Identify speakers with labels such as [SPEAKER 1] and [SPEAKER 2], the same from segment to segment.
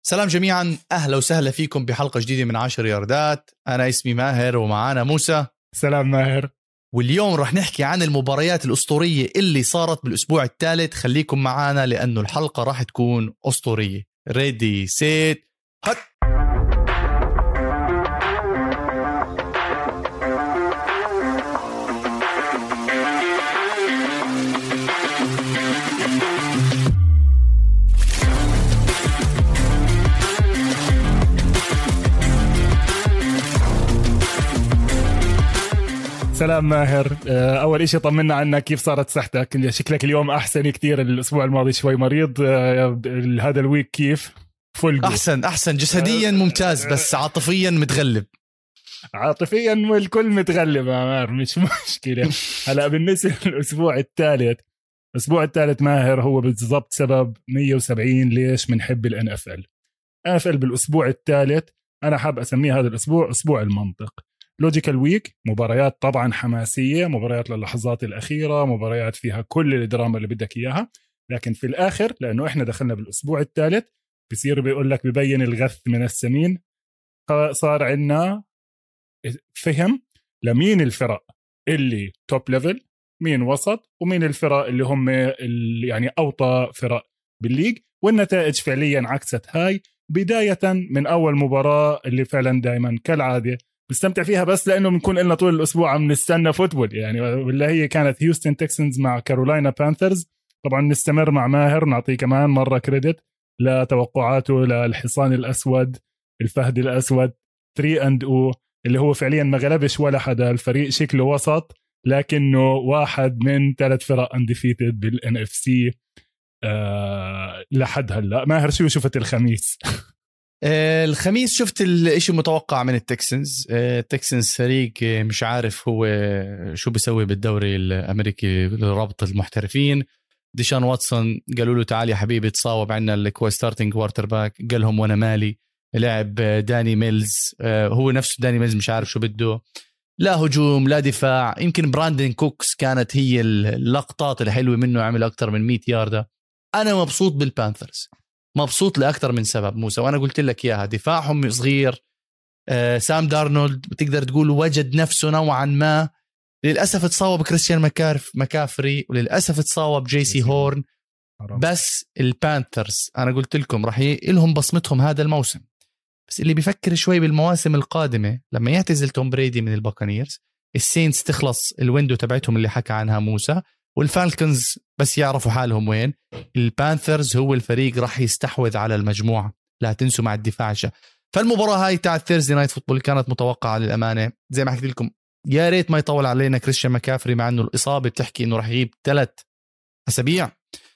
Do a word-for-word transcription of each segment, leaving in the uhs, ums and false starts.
[SPEAKER 1] سلام جميعا، أهلا وسهلا فيكم بحلقة جديدة من عشر ياردات. أنا اسمي ماهر ومعانا موسى.
[SPEAKER 2] سلام ماهر.
[SPEAKER 1] واليوم رح نحكي عن المباريات الأسطورية اللي صارت بالأسبوع الثالث. خليكم معانا لأنه الحلقة رح تكون أسطورية. ريدي سيت هت.
[SPEAKER 2] سلام ماهر. أول إشي طمنا عنك، كيف صارت صحتك؟ شكلك اليوم أحسن كتير، الأسبوع الماضي شوي مريض، هذا الويك كيف؟ فل
[SPEAKER 1] أحسن أحسن جسديا ممتاز، بس عاطفيا متغلب.
[SPEAKER 2] عاطفيا الكل متغلب ماهر، مش مشكلة. هلأ بالنسبة للأسبوع الثالث، الأسبوع الثالث ماهر هو بالضبط سبب مية وسبعين ليش منحب ال إن إف إل. إن إف إل بالأسبوع الثالث أنا حاب أسميه هذا الأسبوع أسبوع المنطق. لوجيكال ويك، مباريات طبعا حماسية، مباريات للحظات الأخيرة، مباريات فيها كل الدراما اللي بدك إياها، لكن في الآخر لأنه إحنا دخلنا بالأسبوع الثالث بصير بيقول لك ببين الغث من السمين. صار عنا فهم لمين الفرق اللي توب ليفل، مين وسط، ومين الفرق اللي هم اللي يعني أوطى فرق بالليج، والنتائج فعليا عكست هاي. بداية من أول مباراة اللي فعلا دايما كالعادة بستمتع فيها، بس لأنه بنكون لنا طول الأسبوع عم نستنى فوتبول يعني، واللي هي كانت هيوستن تكسنز مع كارولاينا بانثرز. طبعا نستمر مع ماهر، نعطيه كمان مرة كريدت لتوقعاته للحصان الأسود، الفهد الأسود ثري أند أو، اللي هو فعليا ما غلبش ولا حدا. الفريق شكله وسط لكنه واحد من ثلاث فرق انديفيتد بالان اف سي أه لحد هلا. ماهر شو شفت الخميس؟
[SPEAKER 1] الخميس شفت الاشي متوقع من التكسنز. التكسنز فريق مش عارف هو شو بيسوي بالدوري الامريكي لرابط المحترفين. ديشان واتسون قالوا له تعال يا حبيبي تصاوب عنا الكوي ستارتنج كوارتر باك، قال لهم وانا مالي. لعب داني ميلز، هو نفسه داني ميلز مش عارف شو بده، لا هجوم لا دفاع. يمكن براندن كوكس كانت هي اللقطات الحلوة منه، عمل أكتر من مية ياردة. أنا مبسوط بالبانثرز، مبسوط لأكتر من سبب موسى، وأنا قلت لك إياها. دفاعهم صغير، آه سام دارنولد بتقدر تقول وجد نفسه نوعا ما. للأسف تصاوب كريستيان مكارف مكافري، وللأسف تصاوب جي سي هورن. بس البانثرز أنا قلت لكم رح لهم بصمتهم هذا الموسم، بس اللي بيفكر شوي بالمواسم القادمة لما يعتزل توم بريدي من الباكانيرز، السينز تخلص الويندو تبعتهم اللي حكى عنها موسى، والفالكنز بس يعرفوا حالهم وين. البانثرز هو الفريق راح يستحوذ على المجموعة، لا تنسوا مع الدفاع. فالمباراة هاي تاع ثيرزدي نايت فوتبول كانت متوقعة للأمانة. زي ما حكيت لكم يا ريت ما يطول علينا كريستيان مكافري، مع انه الإصابة بتحكي انه راح يجيب ثلاث أسابيع.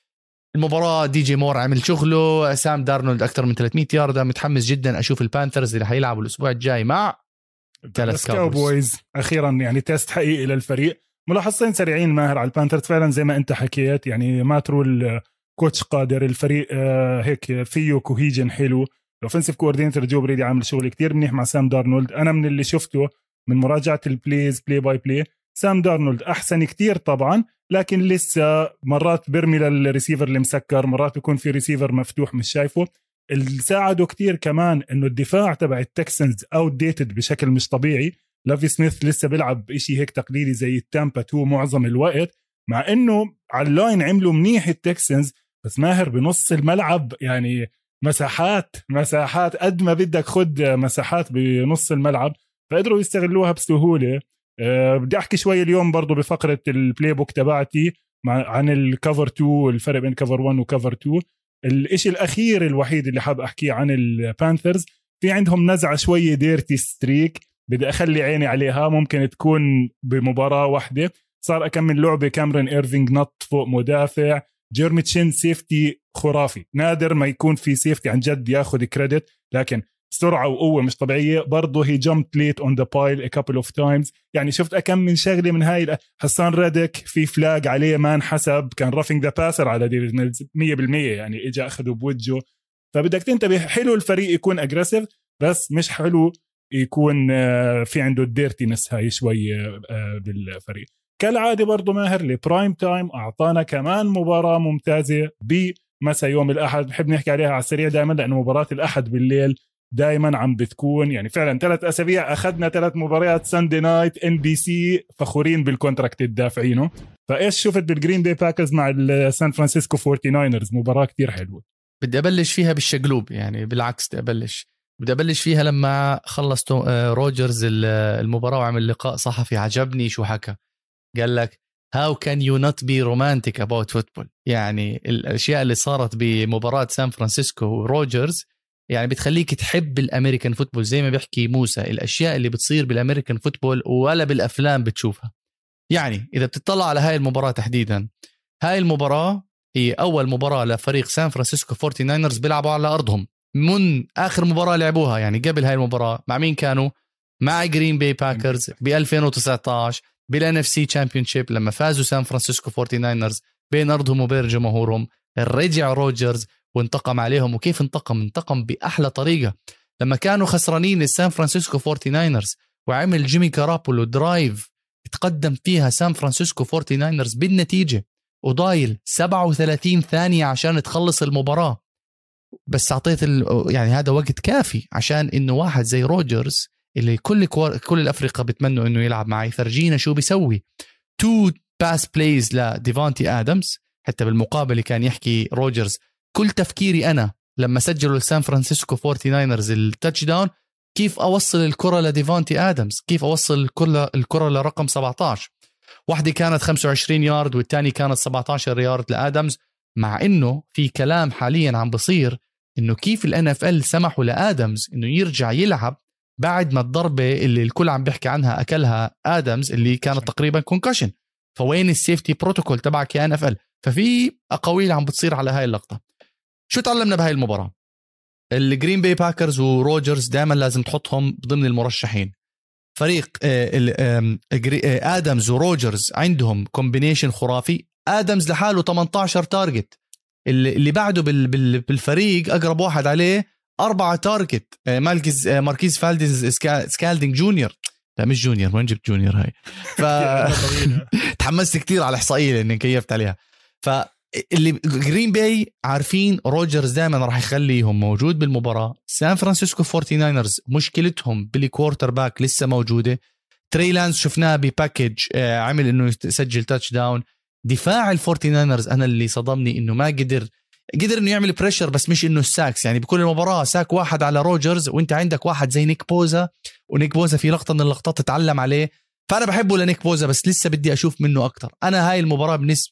[SPEAKER 1] المباراة دي جي مور عمل شغله، سام دارنولد أكتر من ثلاثمية ياردة. متحمس جدا أشوف البانثرز اللي حيلعبوا الأسبوع الجاي مع
[SPEAKER 2] ثلاث كاوبويز. أخيرا يعني تيست حقيقي للفريق. ملاحظتين سريعين ماهر على البانثرز، فعلا زي ما أنت حكيت يعني ماترو الكوتش قادر، الفريق آه هيك فيه كوهيجن حلو. الأوفنسيف كوردينيتور جو بريدي عامل شغل كتير منيح مع سام دارنولد. أنا من اللي شفته من مراجعة البليز بلاي باي بلاي، سام دارنولد أحسن كتير طبعا، لكن لسه مرات برمي للريسيفر اللي مسكر، مرات يكون في ريسيفر مفتوح مش شايفه. اللي ساعده كتير كمان انه الدفاع تبع التكسنز اوت ديتد بشكل مش طبيعي. لافي سميث لسه بيلعب اشي هيك تقليدي زي التامبا تو معظم الوقت، مع انه على اللاين عملوا منيح التكسنز، بس ماهر بنص الملعب يعني مساحات مساحات قد ما بدك خد مساحات بنص الملعب، فقدروا يستغلوها بسهولة. أه بدي أحكي شوي اليوم برضو بفقرة البلاي بوك تبعتي مع عن الكفر تو، الفرق بين كفر واحد وكفر تو. الاشي الأخير الوحيد اللي حاب أحكيه عن البانثرز، في عندهم نزعة شوية ديرتي ستريك بدي أخلي عيني عليها، ممكن تكون بمباراة واحدة. صار أكمل لعبة كاميرون إيرفينج نط فوق مدافع، جيرمي تشين سيفتي خرافي، نادر ما يكون في سيفتي عن جد ياخد كريدت، لكن سرعة وقوة مش طبيعية. برضه هي جمبت ليت اون ذا بايل a couple of times. يعني شفت أكم من شغلة من هاي. حسان ريدك في فلاج عليه ما انحسب، كان رافينج ذا باسر على ديفيد ميلز مية بالمية، يعني إجا أخده بوجهه. فبدك تنتبه، حلو الفريق يكون أجريسيف بس مش حلو يكون في عنده الديرتينس هاي شوية بالفريق. كالعادة برضو ماهر لبرايم تايم أعطانا كمان مباراة ممتازة مساء يوم الأحد. بحب نحكي عليها على السريع دائما لأنه مباراة الأحد بالليل دائما عم بتكون يعني فعلا ثلاث أسابيع أخذنا ثلاث مباريات ساندي نايت إن بي سي، فخورين بالكونتراكت الدافعينه. فإيش شفت بالجرين باي باكرز مع السان فرانسيسكو فورتي ناينرز؟ مباراة كتير حلوة.
[SPEAKER 1] بدي أبلش فيها بالشقلوب، يعني بالعكس بدي أبلش بدي أبلش فيها لما خلص روجرز المباراة وعمل لقاء صحفي عجبني شو حكى. قال لك how can you not be romantic about football. يعني الأشياء اللي صارت بمباراة سان فرانسيسكو وروجرز يعني بتخليك تحب الأمريكان فوتبول. زي ما بيحكي موسى، الأشياء اللي بتصير بالأمريكان فوتبول ولا بالأفلام بتشوفها. يعني إذا بتطلع على هاي المباراة تحديدا، هاي المباراة هي أول مباراة لفريق سان فرانسيسكو فورتي ناينرز بيلعبوا على أرضهم من آخر مباراة لعبوها. يعني قبل هاي المباراة مع مين كانوا؟ مع جرين باي باكرز ب ألفين وتسعة عشر بالان اف سي تشامبيونشيب لما فازوا سان فرانسيسكو فورتي ناينرز بين أرضهم وبين جمهورهم. رجع روجرز وانتقم عليهم. وكيف انتقم؟ انتقم بأحلى طريقة. لما كانوا خسرانين السان فرانسيسكو فورتي ناينرز وعمل جيمي كارابولو درايف تقدم فيها سان فرانسيسكو فورتي ناينرز بالنتيجة وضايل سبعة وثلاثين ثانية عشان تخلص المباراة، بس أعطيت ال... يعني هذا وقت كافي عشان إنه واحد زي روجرز اللي كل كور... كل الأفريقيا بتمنوا إنه يلعب معي يفرجينا شو بيسوي. تو باس بلايز لديفانتي آدمز. حتى بالمقابل كان يحكي روجرز كل تفكيري أنا لما سجلوا السان فرانسيسكو فورتي ناينرز التاتش داون كيف أوصل الكرة لديفانتي آدمز، كيف أوصل الكرة الكرة لرقم سبعة عشر. واحدة كانت خمسة وعشرين يارد والتاني كانت سبعة عشر يارد لآدمز. مع إنه في كلام حاليا عم بصير إنه كيف ال إن إف إل سمحوا لآدمز إنه يرجع يلعب بعد ما الضربة اللي الكل عم بيحكي عنها أكلها آدمز اللي كانت تقريبا كونكشن. فوين السيفتي بروتوكول تبعك يا إن إف إل؟ ففي أقاويل عم بتصير على هاي اللقطة. شو تعلمنا بهاي المباراة؟ الجرين باي باكرز وروجرز دائما لازم تحطهم ضمن المرشحين. فريق آدمز وروجرز عندهم كومبينيشن خرافي. آدمز لحاله ثمانية عشر تارجت، اللي بعده بالفريق أقرب واحد عليه أربعة تارجت ماركيز ماركيز فالديز سكالدينج جونيور. لا مش جونيور، وين جبت جونيور هاي؟ ف تحمست كتير على الإحصائية لأني كيفت عليها. فاللي جرين باي عارفين روجرز دائما راح يخليهم موجود بالمباراة. سان فرانسيسكو فورتي ناينرز مشكلتهم بالكوارتر باك لسه موجودة. تري لانس شفناه بباكج عمل إنه يسجل تاتش داون. دفاع الفورتي ناينرز أنا اللي صدمني إنه ما قدر قدر إنه يعمل بريشر، بس مش إنه الساكس. يعني بكل المباراة ساك واحد على روجرز وإنت عندك واحد زي نيك بوزا، ونيك بوزا في لقطة من اللقطات تتعلم عليه. فأنا بحبه لنيك بوزا بس لسه بدي أشوف منه أكتر. أنا هاي المباراة بالنسبة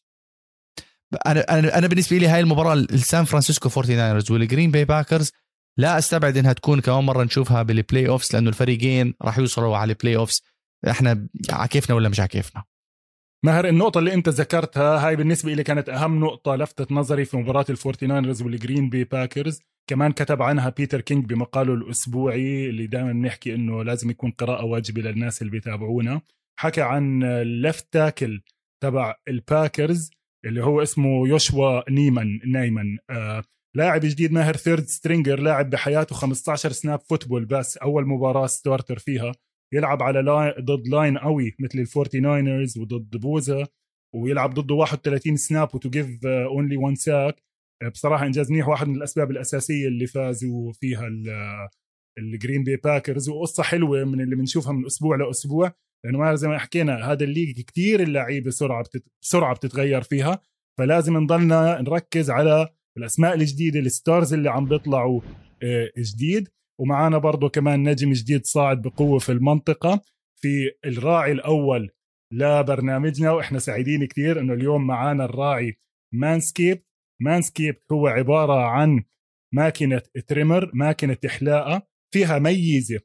[SPEAKER 1] أنا أنا أنا بالنسبة لي هاي المباراة السان فرانسيسكو فورتي ناينرز والجرين باي باكرز لا أستبعد إنها تكون كمان مرة نشوفها بالبلاي أوفس، لأنه الفريقين راح يوصلوا على البلاي أوفس. إحنا عكيفنا ولا مش عكيفنا؟
[SPEAKER 2] ماهر، النقطة اللي انت ذكرتها هاي بالنسبة لي كانت اهم نقطة لفتت نظري في مباراة الفورتي ناينرز والجرين بي باكرز. كمان كتب عنها بيتر كينج بمقاله الاسبوعي اللي دائما بنحكي انه لازم يكون قراءة واجبة للناس اللي بيتابعونا. حكى عن اللفت تاكل تبع الباكرز اللي هو اسمه يوشوا نيمان نايمان آه لاعب جديد ماهر، ثيرد سترينجر، لاعب بحياته خمسة عشر سناب فوتبول بس، اول مباراة ستارتر فيها. يلعب على لاين ضد لاين قوي مثل الفورتي ناينرز وضد بوزا، ويلعب ضده واحد وثلاثين سناب وتو جيف اونلي وان ساك. بصراحه انجاز منيح، واحد من الاسباب الاساسيه اللي فازوا فيها الجرين بي باكرز. وقصه حلوه من اللي بنشوفها من اسبوع لاسبوع، لانه ما زي ما حكينا هذا الليج كتير اللعيبه بسرعه بتت... بسرعه بتتغير فيها. فلازم نضلنا نركز على الاسماء الجديده، الستارز اللي عم بيطلعوا جديد. ومعانا برضو كمان نجم جديد صاعد بقوة في المنطقة في الراعي الأول لبرنامجنا، وإحنا سعيدين كتير إنه اليوم معانا الراعي مانسكيب. مانسكيب هو عبارة عن ماكينة تريمر، ماكينة إحلاء فيها ميزة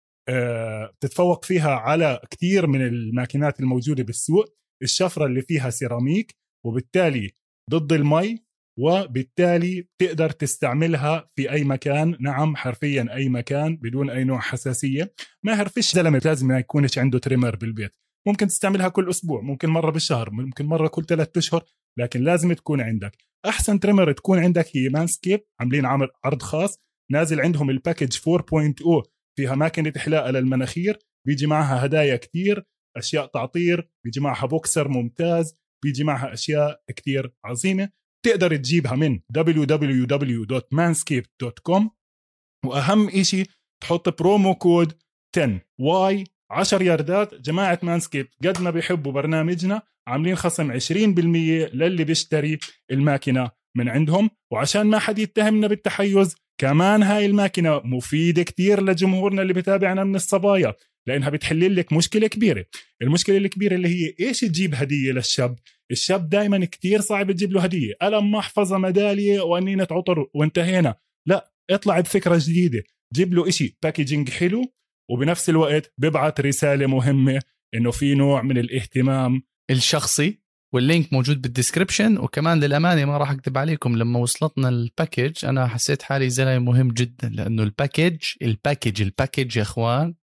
[SPEAKER 2] أه تتفوق فيها على كتير من الماكينات الموجودة بالسوق. الشفرة اللي فيها سيراميك وبالتالي ضد المي، وبالتالي تقدر تستعملها في أي مكان. نعم حرفيا أي مكان بدون أي نوع حساسية. ما فيش زلمة لازم ما يكونش عنده تريمر بالبيت، ممكن تستعملها كل أسبوع، ممكن مرة بالشهر، ممكن مرة كل ثلاثة أشهر، لكن لازم تكون عندك أحسن تريمر تكون عندك هي مانسكيب. عاملين عمل عرض خاص نازل عندهم الباكج فور بوينت أو، فيها ماكينة إحلاء للمناخير، بيجي معها هدايا كتير، أشياء تعطير، بيجي معها بوكسر ممتاز، بيجي معها أشياء كتير عظيمة. تقدر تجيبها من دبليو دبليو دبليو دوت مانسكيبت دوت كوم. وأهم إشي تحط برومو كود عشرة واي عشر ياردات. جماعة مانسكيبت قد ما بيحبوا برنامجنا عاملين خصم عشرين بالمية للي بيشتري الماكينة من عندهم. وعشان ما حد يتهمنا بالتحيز كمان هاي الماكينة مفيدة كتير لجمهورنا اللي بتابعنا من الصبايا، لأنها بتحل لك مشكلة كبيرة. المشكلة الكبيرة اللي هي إيش تجيب هدية للشاب. الشاب دايما كتير صعب تجيب له هدية، قلم محفظة ميدالية وأنينة عطر وانتهينا. لا، اطلع بفكرة جديدة، جيب له إشي باكيجينج حلو وبنفس الوقت ببعت رسالة مهمة إنه في نوع من الاهتمام
[SPEAKER 1] الشخصي. واللينك موجود بالديسكريبشن. وكمان للأمانة ما راح أكتب عليكم، لما وصلتنا الباكيج أنا حسيت حالي زلمة مهم جدا، لأنه الباكيج الباكيج الباكيج يا إخوان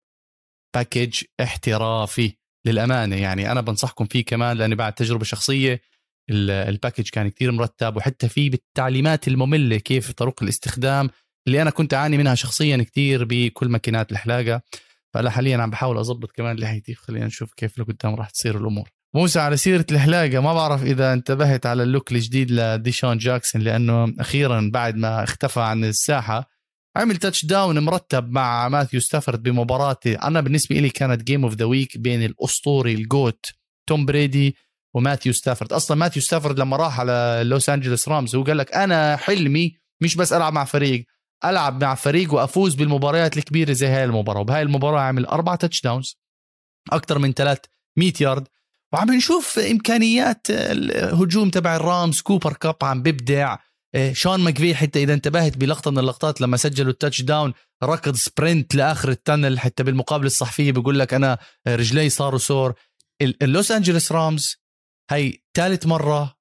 [SPEAKER 1] باكيج احترافي للأمانة. يعني أنا بنصحكم فيه كمان، لأني بعد تجربة شخصية الباكيج كان كتير مرتب، وحتى فيه بالتعليمات المملة كيف طرق الاستخدام اللي أنا كنت أعاني منها شخصيا كتير بكل ماكينات الحلاقة. فأنا حاليا عم بحاول أضبط كمان لحيتي، خلينا نشوف كيف لقدام راح تصير الأمور. موسى، على سيرة الحلاقة، ما بعرف إذا انتبهت على اللوك الجديد لديشان جاكسون، لأنه أخيرا بعد ما اختفى عن الساحة عمل تاتش داون مرتب مع ماثيو ستافورد بمباراته أنا بالنسبة لي كانت جيم اوف ذا ويك بين الأسطوري الجوت توم بريدي وماثيو ستافورد. أصلا ماثيو ستافورد لما راح على لوس أنجلوس رامز وقال لك أنا حلمي مش بس ألعب مع فريق، ألعب مع فريق وأفوز بالمباريات الكبيرة زي هاي المباراة. وبهاي المباراة عمل أربعة تاتش داونز، أكتر من ثلاثمية يارد. وعم نشوف إمكانيات الهجوم تبع الرامز. كوبر كاب عم ببدع. شون ماكفي حتى إذا انتبهت بلقطة من اللقطات لما سجلوا التاتش داون ركض سبرنت لآخر التنل، حتى بالمقابلة الصحفية بيقول لك أنا رجلي صاروا سور. اللوس أنجلوس رامز هاي ثالث مرة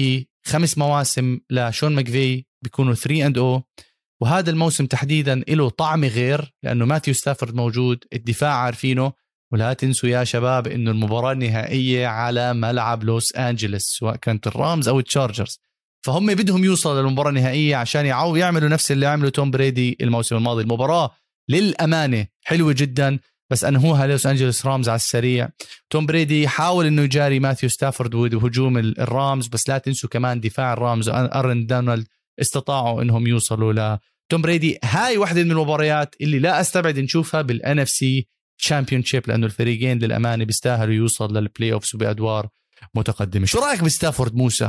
[SPEAKER 1] بخمس مواسم لشون ماكفي بيكونوا ثري أند أو، وهذا الموسم تحديدا له طعم غير لأنه ماثيو ستافورد موجود، الدفاع عارفينه. ولا تنسوا يا شباب إنه المباراة النهائية على ملعب لوس أنجلوس سواء كانت الرامز أو التشارجرز، فهم بدهم يوصلوا للمباراة النهائية عشان يعو يعملوا نفس اللي عملوا توم بريدي الموسم الماضي. المباراة للأمانة حلوة جدا، بس أنهوها لوس أنجلوس رامز على السريع. توم بريدي حاول إنه يجاري ماثيو ستافورد وهجوم الرامز، بس لا تنسوا كمان دفاع الرامز وأرن دونالد استطاعوا إنهم يوصلوا لتوم بريدي. هاي واحدة من المباريات اللي لا أستبعد نشوفها بالان اف سي تشامبيونشيب، لأنه الفريقين للأمانة بيستاهلوا يوصل للبلاي أوفس وبأدوار متقدمة. شو رأيك بستافورد موسى؟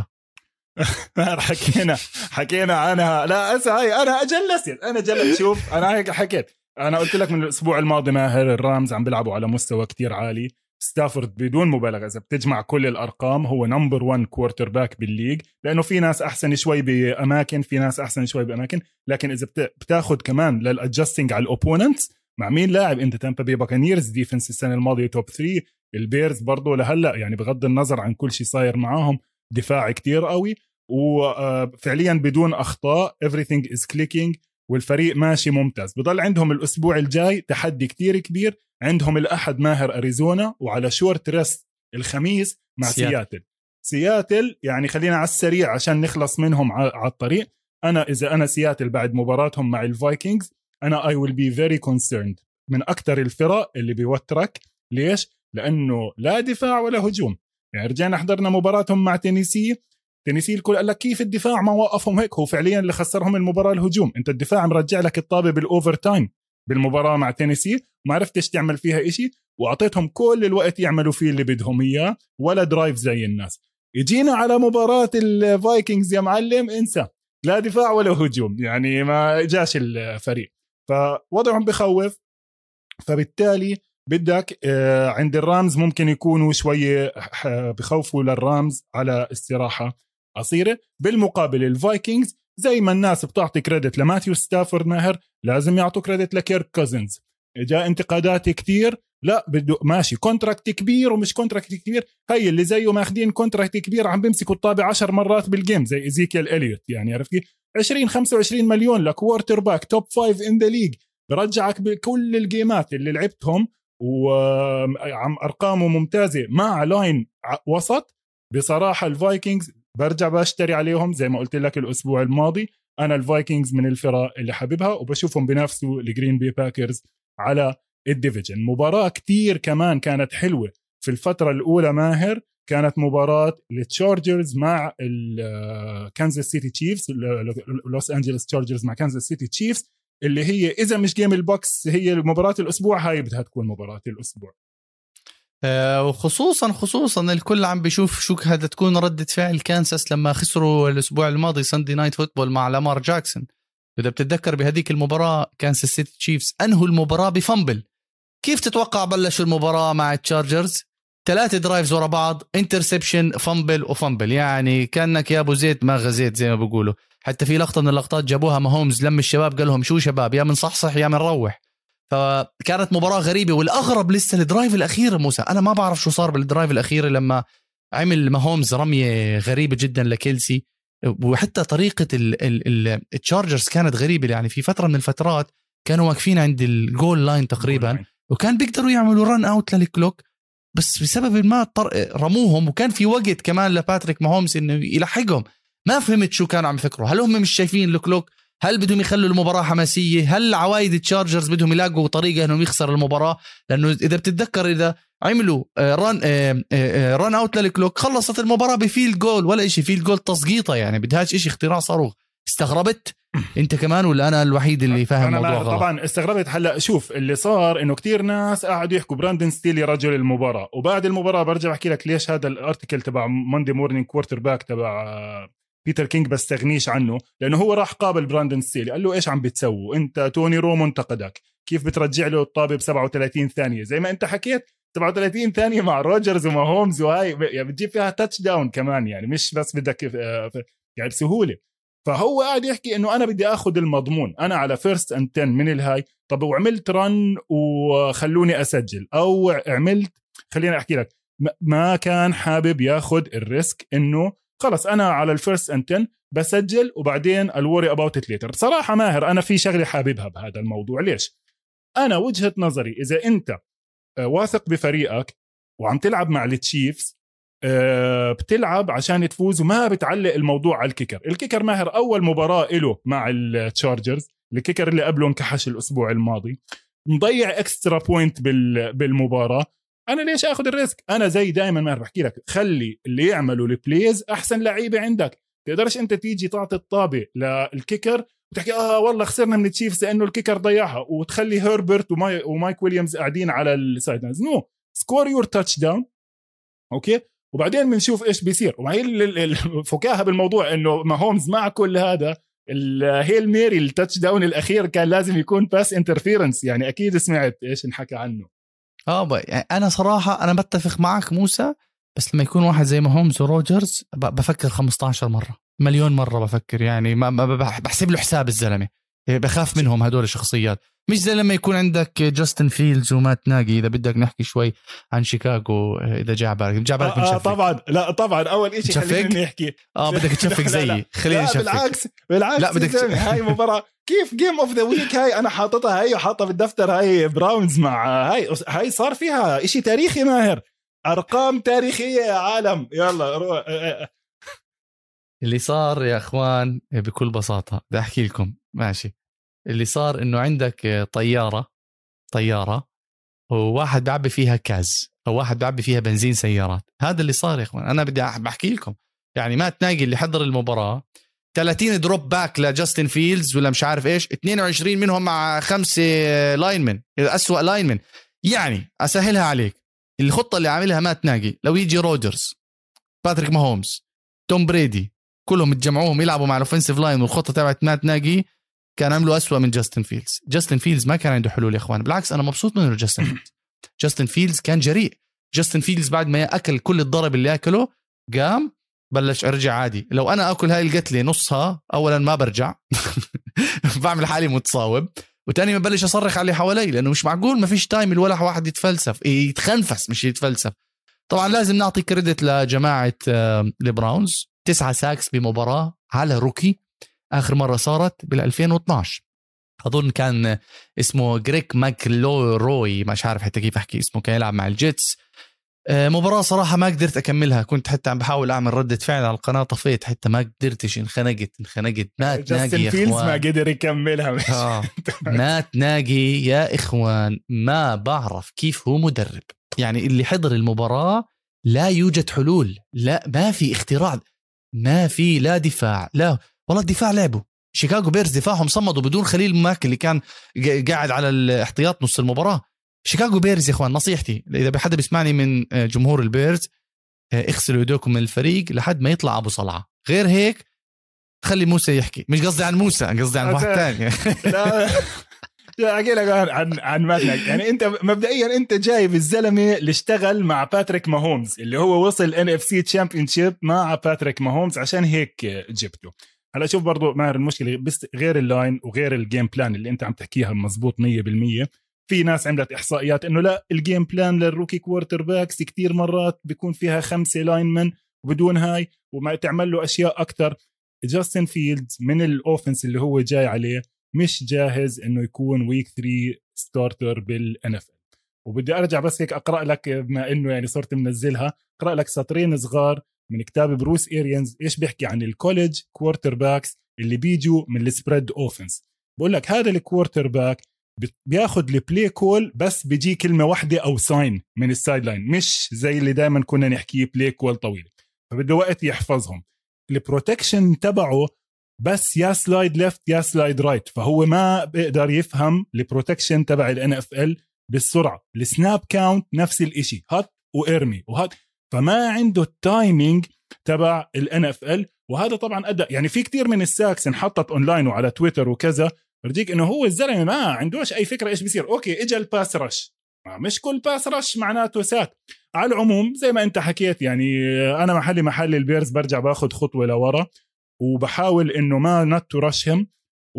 [SPEAKER 2] حكينا حكينا عنها. لا أسعى أنا أجلست أنا جلست شوف أنا هيك حكيت. أنا قلت لك من الأسبوع الماضي ماهر الرامز عم بيلعبوا على مستوى كتير عالي. ستافورد بدون مبالغة إذا بتجمع كل الأرقام هو نمبر وان كوارتر باك بالليج، لأنه في ناس أحسن شوي بأماكن، في ناس أحسن شوي بأماكن، لكن إذا بتاخد كمان للأدجستنج على الأوبوننتس مع مين لاعب انت تامبا بي باكانيرز ديفنس السنة الماضية توب ثري، البيرز برضو لهلأ يعني بغض النظر عن كل شيء صاير معاهم دفاع كتير قوي وفعليا بدون أخطاء everything is clicking والفريق ماشي ممتاز. بضل عندهم الأسبوع الجاي تحدي كتير كبير، عندهم الأحد ماهر أريزونا وعلى شورت ريست الخميس مع سياتل. سياتل سياتل يعني خلينا على السريع عشان نخلص منهم على الطريق. أنا إذا أنا سياتل بعد مباراتهم مع الفايكنجز أنا I will be very concerned. من أكتر الفرق اللي بيوترك. ليش؟ لأنه لا دفاع ولا هجوم. يعني رجعنا حضرنا مباراتهم مع تينيسي، تينيسي الكل قال لك كيف الدفاع ما وقفهم هيك. هو فعليا اللي خسرهم المباراة الهجوم. انت الدفاع مرجع لك الطابة بالأوفر تايم بالمباراة مع تينيسي، ما عرفتش تعمل فيها إشي وعطيتهم كل الوقت يعملوا فيه اللي بدهم إياه ولا درايف زي الناس. يجينا على مباراة الفايكنجز يا معلم انسى، لا دفاع ولا هجوم، يعني ما جاش الفريق، فوضعهم بخوف. فبالتالي بدك عند الرامز ممكن يكونوا شوية بخوفوا للرامز على استراحة قصيرة. بالمقابل الفايكنجز زي ما الناس بتعطي كريدت لماثيو ستافورد ماهر لازم يعطوا كريدت لكيرك كوزنز. جاء انتقادات كتير، لا بده ماشي كونتراكت كبير ومش كونتراكت كبير. هاي اللي زيه ماخدين كونتراكت كبير عم بيمسكوا الطابع عشر مرات بالجيم زي إيزيكيل إليوت، يعني عرفت كيف عشرين خمسة وعشرين مليون لكوارتر باك توب فايف إن ذا ليج برجعك بكل الجيمات اللي لعبتهم وعم أرقامه ممتازة مع لاين وسط. بصراحة الفايكنجز برجع بشتري عليهم زي ما قلت لك الأسبوع الماضي. أنا الفايكنجز من الفرق اللي حبيبها وبشوفهم بنفسوا الجرين بي باكرز على الديفيجن. مباراة كتير كمان كانت حلوة في الفترة الأولى ماهر كانت مباراة التشارجرز مع الكانزاس سيتي تشيفز، لوس أنجلوس تشارجرز مع كانزاس سيتي تشيفز، اللي هي إذا مش جيم البوكس هي مباراة الأسبوع، هاي بدها تكون مباراة الأسبوع.
[SPEAKER 1] أه وخصوصا خصوصا الكل عم بيشوف شو هذا تكون ردة فعل كانساس لما خسروا الأسبوع الماضي ساندي نايت فوتبول مع لامار جاكسون. إذا بتتذكر بهديك المباراة كانساس سيتي تشيفز أنهوا المباراة بفامبل. كيف تتوقع بلشوا المباراة مع التشارجرز؟ ثلاثة درايفز ورا بعض، انترسبشن، فامبل وفامبل، يعني كأنك يا أبو زيت ما غزيت زي ما بيقولوا. حتى في لقطة من اللقطات جابوها ماهومز لم الشباب قال لهم شو شباب يا من صحصح يا من روح. فكانت مباراة غريبة. والأغرب لسه الدرايف الأخير موسى، أنا ما بعرف شو صار بالدرايف الأخير لما عمل ماهومز رمية غريبة جدا لكيلسي، وحتى طريقة التشارجرز كانت غريبة. يعني في فترة من الفترات كانوا واقفين عند الجول لاين تقريبا وكان بيقدروا يعملوا رن أوت للكلوك، بس بسبب ما رموهم، وكان في وقت كمان لباتريك ماهومز إنه يلحقهم. ما فهمت شو كانوا عم يفكروا، هل هم مش شايفين الكلوك؟ هل بدهم يخلوا المباراة حماسية؟ هل عوايد التشارجرز بدهم يلاقوا طريقة انهم يخسر المباراة؟ لانه اذا بتتذكر اذا عملوا ران ران اوت للكلوك خلصت المباراة بفيل جول ولا اشي، فيل جول تسقيطة، يعني بدهاش اشي اختراع صاروخ. استغربت انت كمان ولا انا الوحيد اللي فاهم الموضوع غلط؟
[SPEAKER 2] طبعا استغربت. هلا شوف اللي صار انه كتير ناس قاعدوا يحكوا براندن ستيلي رجل المباراة، وبعد المباراة برجع احكي لك ليش هذا الارتيكل تبع موندي مورنينج كوارتر باك تبع بيتر كينج بستغنيش عنه، لأنه هو راح قابل براندن ستيلي قال له إيش عم بتسووا أنت؟ توني رو منتقدك، كيف بترجع له الطابة ب سبعة وثلاثين ثانية زي ما أنت حكيت، سبعة وثلاثين ثانية مع روجرز وما هومز، وهاي يعني بتجيب فيها تاتش داون كمان، يعني مش بس بدك يعني بسهولة. فهو قاعد يحكي إنه أنا بدي أخذ المضمون، أنا على فيرست أند تن من الهاي، طب وعملت رن وخلوني أسجل، أو عملت خليني أحكي لك ما كان حابب ياخد الريسك إنه خلص أنا على الفيرست أند تن بسجل وبعدين الوري أباوت إت ليتر. بصراحة ماهر أنا في شغلة حاببها بهذا الموضوع. ليش؟ أنا وجهة نظري إذا أنت واثق بفريقك وعم تلعب مع التشيفز بتلعب عشان تفوز وما بتعلق الموضوع على الكيكر. الكيكر ماهر أول مباراة له مع التشارجرز، الكيكر اللي قبله انكحش الأسبوع الماضي، مضيع اكسترا بوينت بالمباراة. أنا ليش أخذ الريسك؟ أنا زي دائما ما بحكي لك خلي اللي يعملوا البليز أحسن لعيبة عندك. تقدرش أنت تيجي تعطي الطابة للكيكر وتحكي آه والله خسرنا من التشيفز لأنه الكيكر ضيعها، وتخلي هيربرت وماي ومايك ويليامز قاعدين على السايدلاينز. نو، سكور يور تاتش داون أوكي، وبعدين بنشوف إيش بيصير. وهي الفكاهة بالموضوع إنه ما هومز مع كل هذا الهيل ميري التاتش داون الأخير كان لازم يكون باس انترفيرنس، يعني أكيد سمعت إيش نحكى عنه.
[SPEAKER 1] اه يعني انا صراحه انا بتفق معك موسى، بس لما يكون واحد زي ما هومز وروجرز بفكر خمستاشر مره مليون مره بفكر، يعني ما بحسب له حساب الزلمه، بخاف منهم هدول الشخصيات. مش زي لما يكون عندك جاستن فيلدز ومات ناجي. اذا بدك نحكي شوي عن شيكاغو اذا جاء بالك جاء بالك
[SPEAKER 2] آه, آه طبعا لا طبعا اول شيء خليني نحكي
[SPEAKER 1] اه بدك تشفك زيي خليني نشفك.
[SPEAKER 2] بالعكس بالعكس لا بدك هاي مباراه كيف جيم اوف ذا ويك، هاي انا حاططها هاي وحاطها بالدفتر، هاي براونز مع هاي هاي صار فيها إشي تاريخي ماهر، ارقام تاريخيه يا عالم. يلا روح.
[SPEAKER 1] اللي صار يا اخوان بكل بساطه بدي احكي لكم ماشي. اللي صار انه عندك طياره طياره وواحد بعبي فيها كاز او واحد بعبي فيها بنزين سيارات. هذا اللي صار يا اخوان. انا بدي بحكي لكم يعني ما تناقي اللي حضر المباراه ثلاثين دروب باك لجاستن فيلدز ولا مش عارف ايش، اثنين وعشرين منهم مع خمسه لاينمن، اسوأ لاينمن. يعني اسهلها عليك الخطه اللي عاملها ما تناقي. لو يجي روجرز، باتريك ماهومز، توم بريدي كلهم يتجمعوهم يلعبوا مع الاوفنسيف لاين والخطه تبعت ما تناقي كان عملوا أسوأ من جاستن فيلدز. جاستن فيلدز ما كان عنده حلول يا اخوان، بالعكس انا مبسوط منه. جاستن فيلدز جاستن فيلدز كان جريء. جاستن فيلدز بعد ما اكل كل الضرب اللي اكله قام بلش ارجع عادي. لو انا اكل هاي القتله نصها اولا ما برجع بعمل حالي متصاوب، وتاني ما بلش اصرخ عليه حوالي لانه مش معقول ما فيش تايم الولا واحد يتفلسف يتخنفس مش يتفلسف. طبعا لازم نعطي كريدت لجماعه البراونز، تسعة ساكس بمباراه على روكي. آخر مرة صارت بالألفين واثناشر أظن كان اسمه غريك ماكلوروي، مش عارف حتى كيف أحكي اسمه، كان يلعب مع الجيتس. مباراة صراحة ما قدرت أكملها، كنت حتى عم بحاول أعمل ردة فعل على القناة طفيت حتى ما قدرتش، انخنقت انخنقت ما تناقي يا إخوان.
[SPEAKER 2] ما قدر يكملها
[SPEAKER 1] آه. ما تناقي يا إخوان. ما بعرف كيف هو مدرب، يعني اللي حضر المباراة لا يوجد حلول، لا ما في اختراع، ما في لا دفاع، لا والله الدفاع لعبوا شيكاغو بيرز دفاعهم صمدوا بدون خليل ماك اللي كان قاعد على الاحتياط نص المباراة. شيكاغو بيرز يا اخوان نصيحتي اذا بحد بيسمعني من جمهور البيرز، اغسلوا يدوكم من الفريق لحد ما يطلع ابو صلعة، غير هيك خلي موسى يحكي. مش قصدي عن موسى، قصدي عن واحد ثاني.
[SPEAKER 2] لا احكي لك عن عن ماتنك. يعني انت مبدئيا انت جايب الزلمه اللي اشتغل مع باتريك ماهومز اللي هو وصل ان اف سي تشامبيونشيب مع باتريك ماهومز، عشان هيك جبته. هلا شوف برضو ماهر المشكله بس غير اللاين وغير الجيم بلان اللي انت عم تحكيها مزبوط مية بالمية. في ناس عملت احصائيات انه لا الجيم بلان للروكي كوارتر باكس كتير مرات بيكون فيها خمسه لاينمن وبدون هاي وما تعمل له اشياء اكتر. جاستن فيلدز من الاوفنس اللي هو جاي عليه مش جاهز انه يكون ويك ثلاثة ستارتر بالان اف ال. وبدي ارجع بس هيك اقرا لك بما انه يعني صرت منزلها، اقرا لك سطرين صغار من كتاب بروس إيريانز ايش بيحكي عن الكوليدج كوارتر باكس اللي بيجوا من السبريد اوفنس. بقول لك هذا الكوارتر باك بياخد البلاي كول بس بيجي كلمه واحده او ساين من السايد لاين، مش زي اللي دائما كنا نحكيه بلاي كول طويل، فبده وقت يحفظهم. البروتكشن تبعه بس يا سلايد ليفت يا سلايد رايت، فهو ما بيقدر يفهم البروتكشن تبع الان اف ال بالسرعه. السناب كاونت نفس الاشي، هات وارمي وهات، فما عنده التايمينج تبع الان اف ال. وهذا طبعا ادى يعني في كتير من الساكس انحطت اونلاين وعلى تويتر وكذا، برجيك انه هو الزلمه ما عندوش اي فكره ايش بيصير. اوكي اجى الباس رش، مش كل باس رش معناته ساك. على العموم زي ما انت حكيت يعني انا محلي محل البيرز برجع باخد خطوه لورا وبحاول انه ما نت رشهم.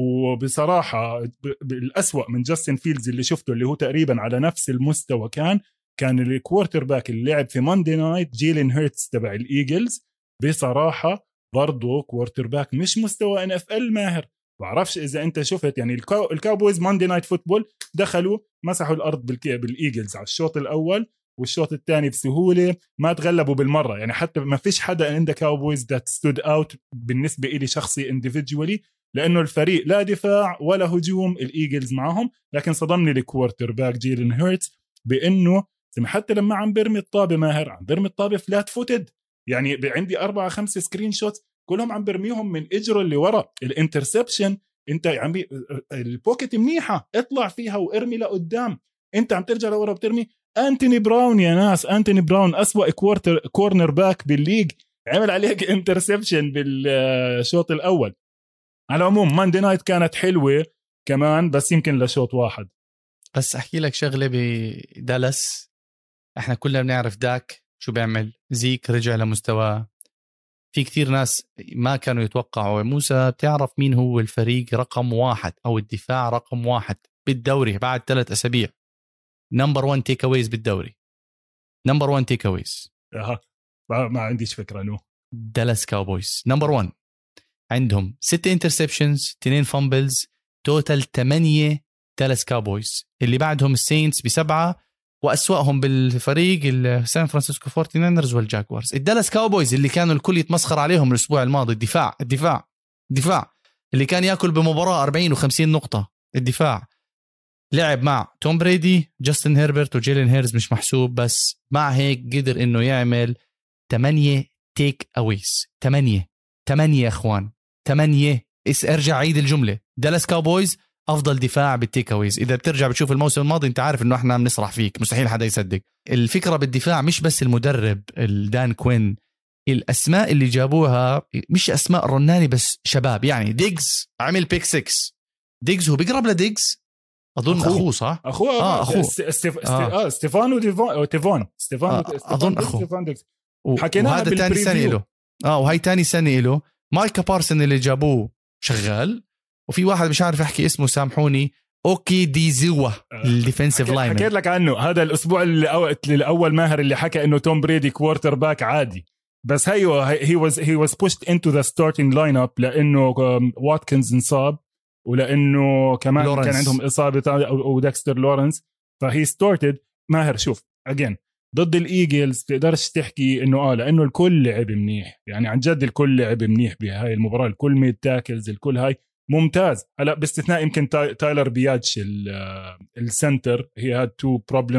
[SPEAKER 2] وبصراحه بالأسوأ من جاستن فيلدز اللي شفته اللي هو تقريبا على نفس المستوى كان كان الكوارتر باك اللي لعب في ماندي نايت جيلين هيرتز تبع الايجلز. بصراحه برضه كوارتر باك مش مستوى ان اف ال ماهر. بعرفش اذا انت شفت يعني الكاو الكاوبويز ماندي نايت فوتبول دخلوا مسحوا الارض بالايجلز على الشوط الاول والشوط الثاني بسهوله ما تغلبوا بالمره. يعني حتى ما فيش حدا عند كاوبويز ذات ستود اوت بالنسبه لي شخصي انديفيديولي، لانه الفريق لا دفاع ولا هجوم الايجلز معهم. لكن صدمني الكوارتر باك جيلين هيرتز بانه حتى لما عم برمي الطابه ماهر عم برمي الطابه فلات فوتد. يعني عندي أربعة خمسة سكرين شوت كلهم عم برميهم من اجره اللي ورا. الانترسبشن انت عم بي... البوكيت منيحه اطلع فيها وارمي لقدام، انت عم ترجع لورا بترمي. أنتوني براون يا ناس، أنتوني براون أسوأ كوارتر كورنر باك بالليج عمل عليك انترسبشن بالشوط الأول. على العموم ماندي نايت كانت حلوة كمان بس يمكن لشوط واحد.
[SPEAKER 1] بس أحكي لك شغلة بدالاس، احنا كلنا بنعرف داك شو بيعمل، زيك رجع لمستواه. في كتير ناس ما كانوا يتوقعوا. موسى بتعرف مين هو الفريق رقم واحد أو الدفاع رقم واحد بالدوري بعد ثلاث أسابيع؟ نمبر وان تيك اويز بالدوري، نمبر وان تيك اويز.
[SPEAKER 2] اها ما, ما عنديش فكره. نو
[SPEAKER 1] دالاس كاوبويز نمبر وان، عندهم ستة انترسبشنز اثنين فامبلز، توتال ثمانية. دالاس كاوبويز اللي بعدهم السينتس بسبعة، وأسوأهم بالفريق السان فرانسيسكو فورتي ناينرز والجاكوارز. الدالاس كاوبويز اللي كانوا الكل يتمسخر عليهم الأسبوع الماضي، الدفاع الدفاع الدفاع اللي كان يأكل بمباراة أربعين وخمسين نقطة. الدفاع لعب مع توم بريدي، جاستن هيربرت وجيلين هيرز مش محسوب، بس مع هيك قدر إنه يعمل ثمانية تيك أويز. ثمانية ثمانية يا أخوان، ثمانية. ارجع عيد الجملة، دالاس كاوبويز أفضل دفاع بالتيك أويز. إذا بترجع بتشوف الموسم الماضي أنت عارف إنه إحنا بنسرح فيك، مستحيل حدا يصدق. الفكرة بالدفاع مش بس المدرب الدان كوين، الأسماء اللي جابوها مش أسماء رناني بس شباب. يعني ديجز عمل بيك سكس، ديجز هو بيقرب لديجز أظن أخوه, أخوه صح؟
[SPEAKER 2] أخوه آه أخوه استيف... آه. آه ستيفانو ديفون تيفون ستيفانو
[SPEAKER 1] آه. أظن أخوه.
[SPEAKER 2] حكينا
[SPEAKER 1] وهذا تاني سنة له. آه وهي تاني سنة له. مايكا بارسون اللي جابوه شغال، وفي واحد مش عارف أحكي اسمه سامحوني، أوكي دي زوا الديفنسيف لاين.
[SPEAKER 2] حكيت لك عنه هذا الأسبوع الأول ماهر اللي حكى إنه توم بريدي كوارتر باك عادي، بس هيو هي واز هي واز بوشت انتو ذا ستارتنج لاين اب لأنه واتكنز انصاب ولأنه كمان لورنس. كان عندهم إصابة أو ديكستر لورنس، فهي ستارتد. ماهر شوف أجين ضد الإيجلز تقدرش تحكي إنه آه لأنه الكل لعب منيح، يعني عن جد الكل لعب منيح بهاي المباراة، الكل ميد تاكلز الكل هاي ممتاز. هلا باستثناء يمكن تايلر بياتش السنتر هي هاد تو بروبلمز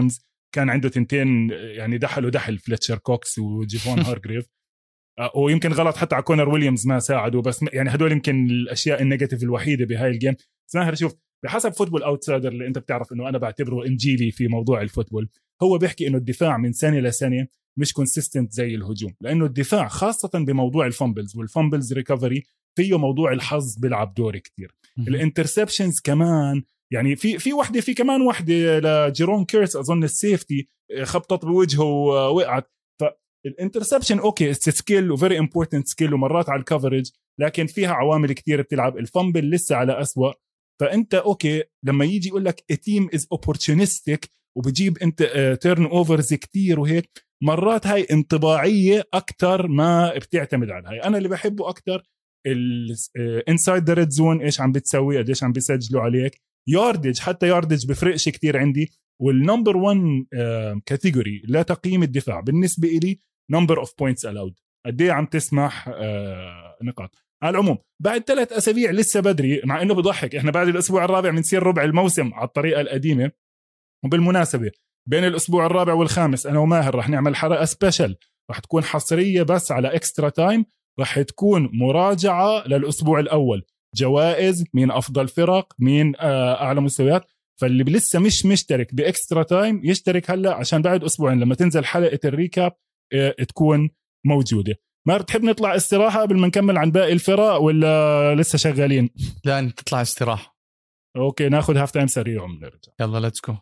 [SPEAKER 2] كان عنده تنتين يعني دحلوا دحل فليتشر كوكس وجيفون هارغريف، ويمكن غلط حتى على كونر ويليامز ما ساعدوا، بس يعني هدول يمكن الاشياء النيجاتيف الوحيده بهاي الجيم. ساهر شوف بحسب فوتبول اوتسايدر اللي انت بتعرف انه انا بعتبره انجيلي في موضوع الفوتبول، هو بيحكي انه الدفاع من سنه لسنه مش كونسيستنت زي الهجوم، لانه الدفاع خاصه بموضوع الفامبلز والفامبلز ريكفري فيه موضوع الحظ بيلعب دور كتير. الانترسبشنز كمان يعني في في وحده في كمان وحده لجيرون كيرس اظن السيفتي خبطت بوجهه ووقعت. فالانترسبشن اوكي سكيل وفيري امبورتنت سكيل ومرات على الكفرج، لكن فيها عوامل كتير بتلعب. الفامبل لسه على أسوأ. فانت اوكي لما يجي يقول لك تيم از اوبورتونيستيك وبجيب انت تيرن اوفرز كتير وهيك، مرات هاي انطباعيه اكتر ما بتعتمد على هاي. انا اللي بحبه اكتر الانسايد ذا ريد زون، ايش عم بتسوي، قديش عم بيسجلوا عليك، ياردج حتى ياردج بفرقش كتير عندي. والنمبر واحد كاتيجوري لا تقييم الدفاع بالنسبه إلي نمبر اوف بوينتس الاود، قد ايه عم تسمح آه نقاط. على العموم بعد ثلاث اسابيع لسه بدري، مع انه بضحك احنا بعد الاسبوع الرابع بنصير ربع الموسم على الطريقه القديمه. وبالمناسبه بين الاسبوع الرابع والخامس انا وماهر رح نعمل حلقه سبيشل، رح تكون حصريه بس على اكسترا تايم، رح تكون مراجعه للاسبوع الاول، جوائز، مين افضل فرق، مين اعلى مستويات. فاللي لسه مش مشترك باكسترا تايم يشترك هلا، عشان بعد اسبوعين لما تنزل حلقه الريكاب تكون موجوده. ما بتحب نطلع استراحه قبل ما نكمل عن باقي الفرق ولا لسه شغالين؟
[SPEAKER 1] لا انت تطلع استراحه.
[SPEAKER 2] اوكي ناخذ هاف تايم سريع ونرجع.
[SPEAKER 1] يلا ليتس جو.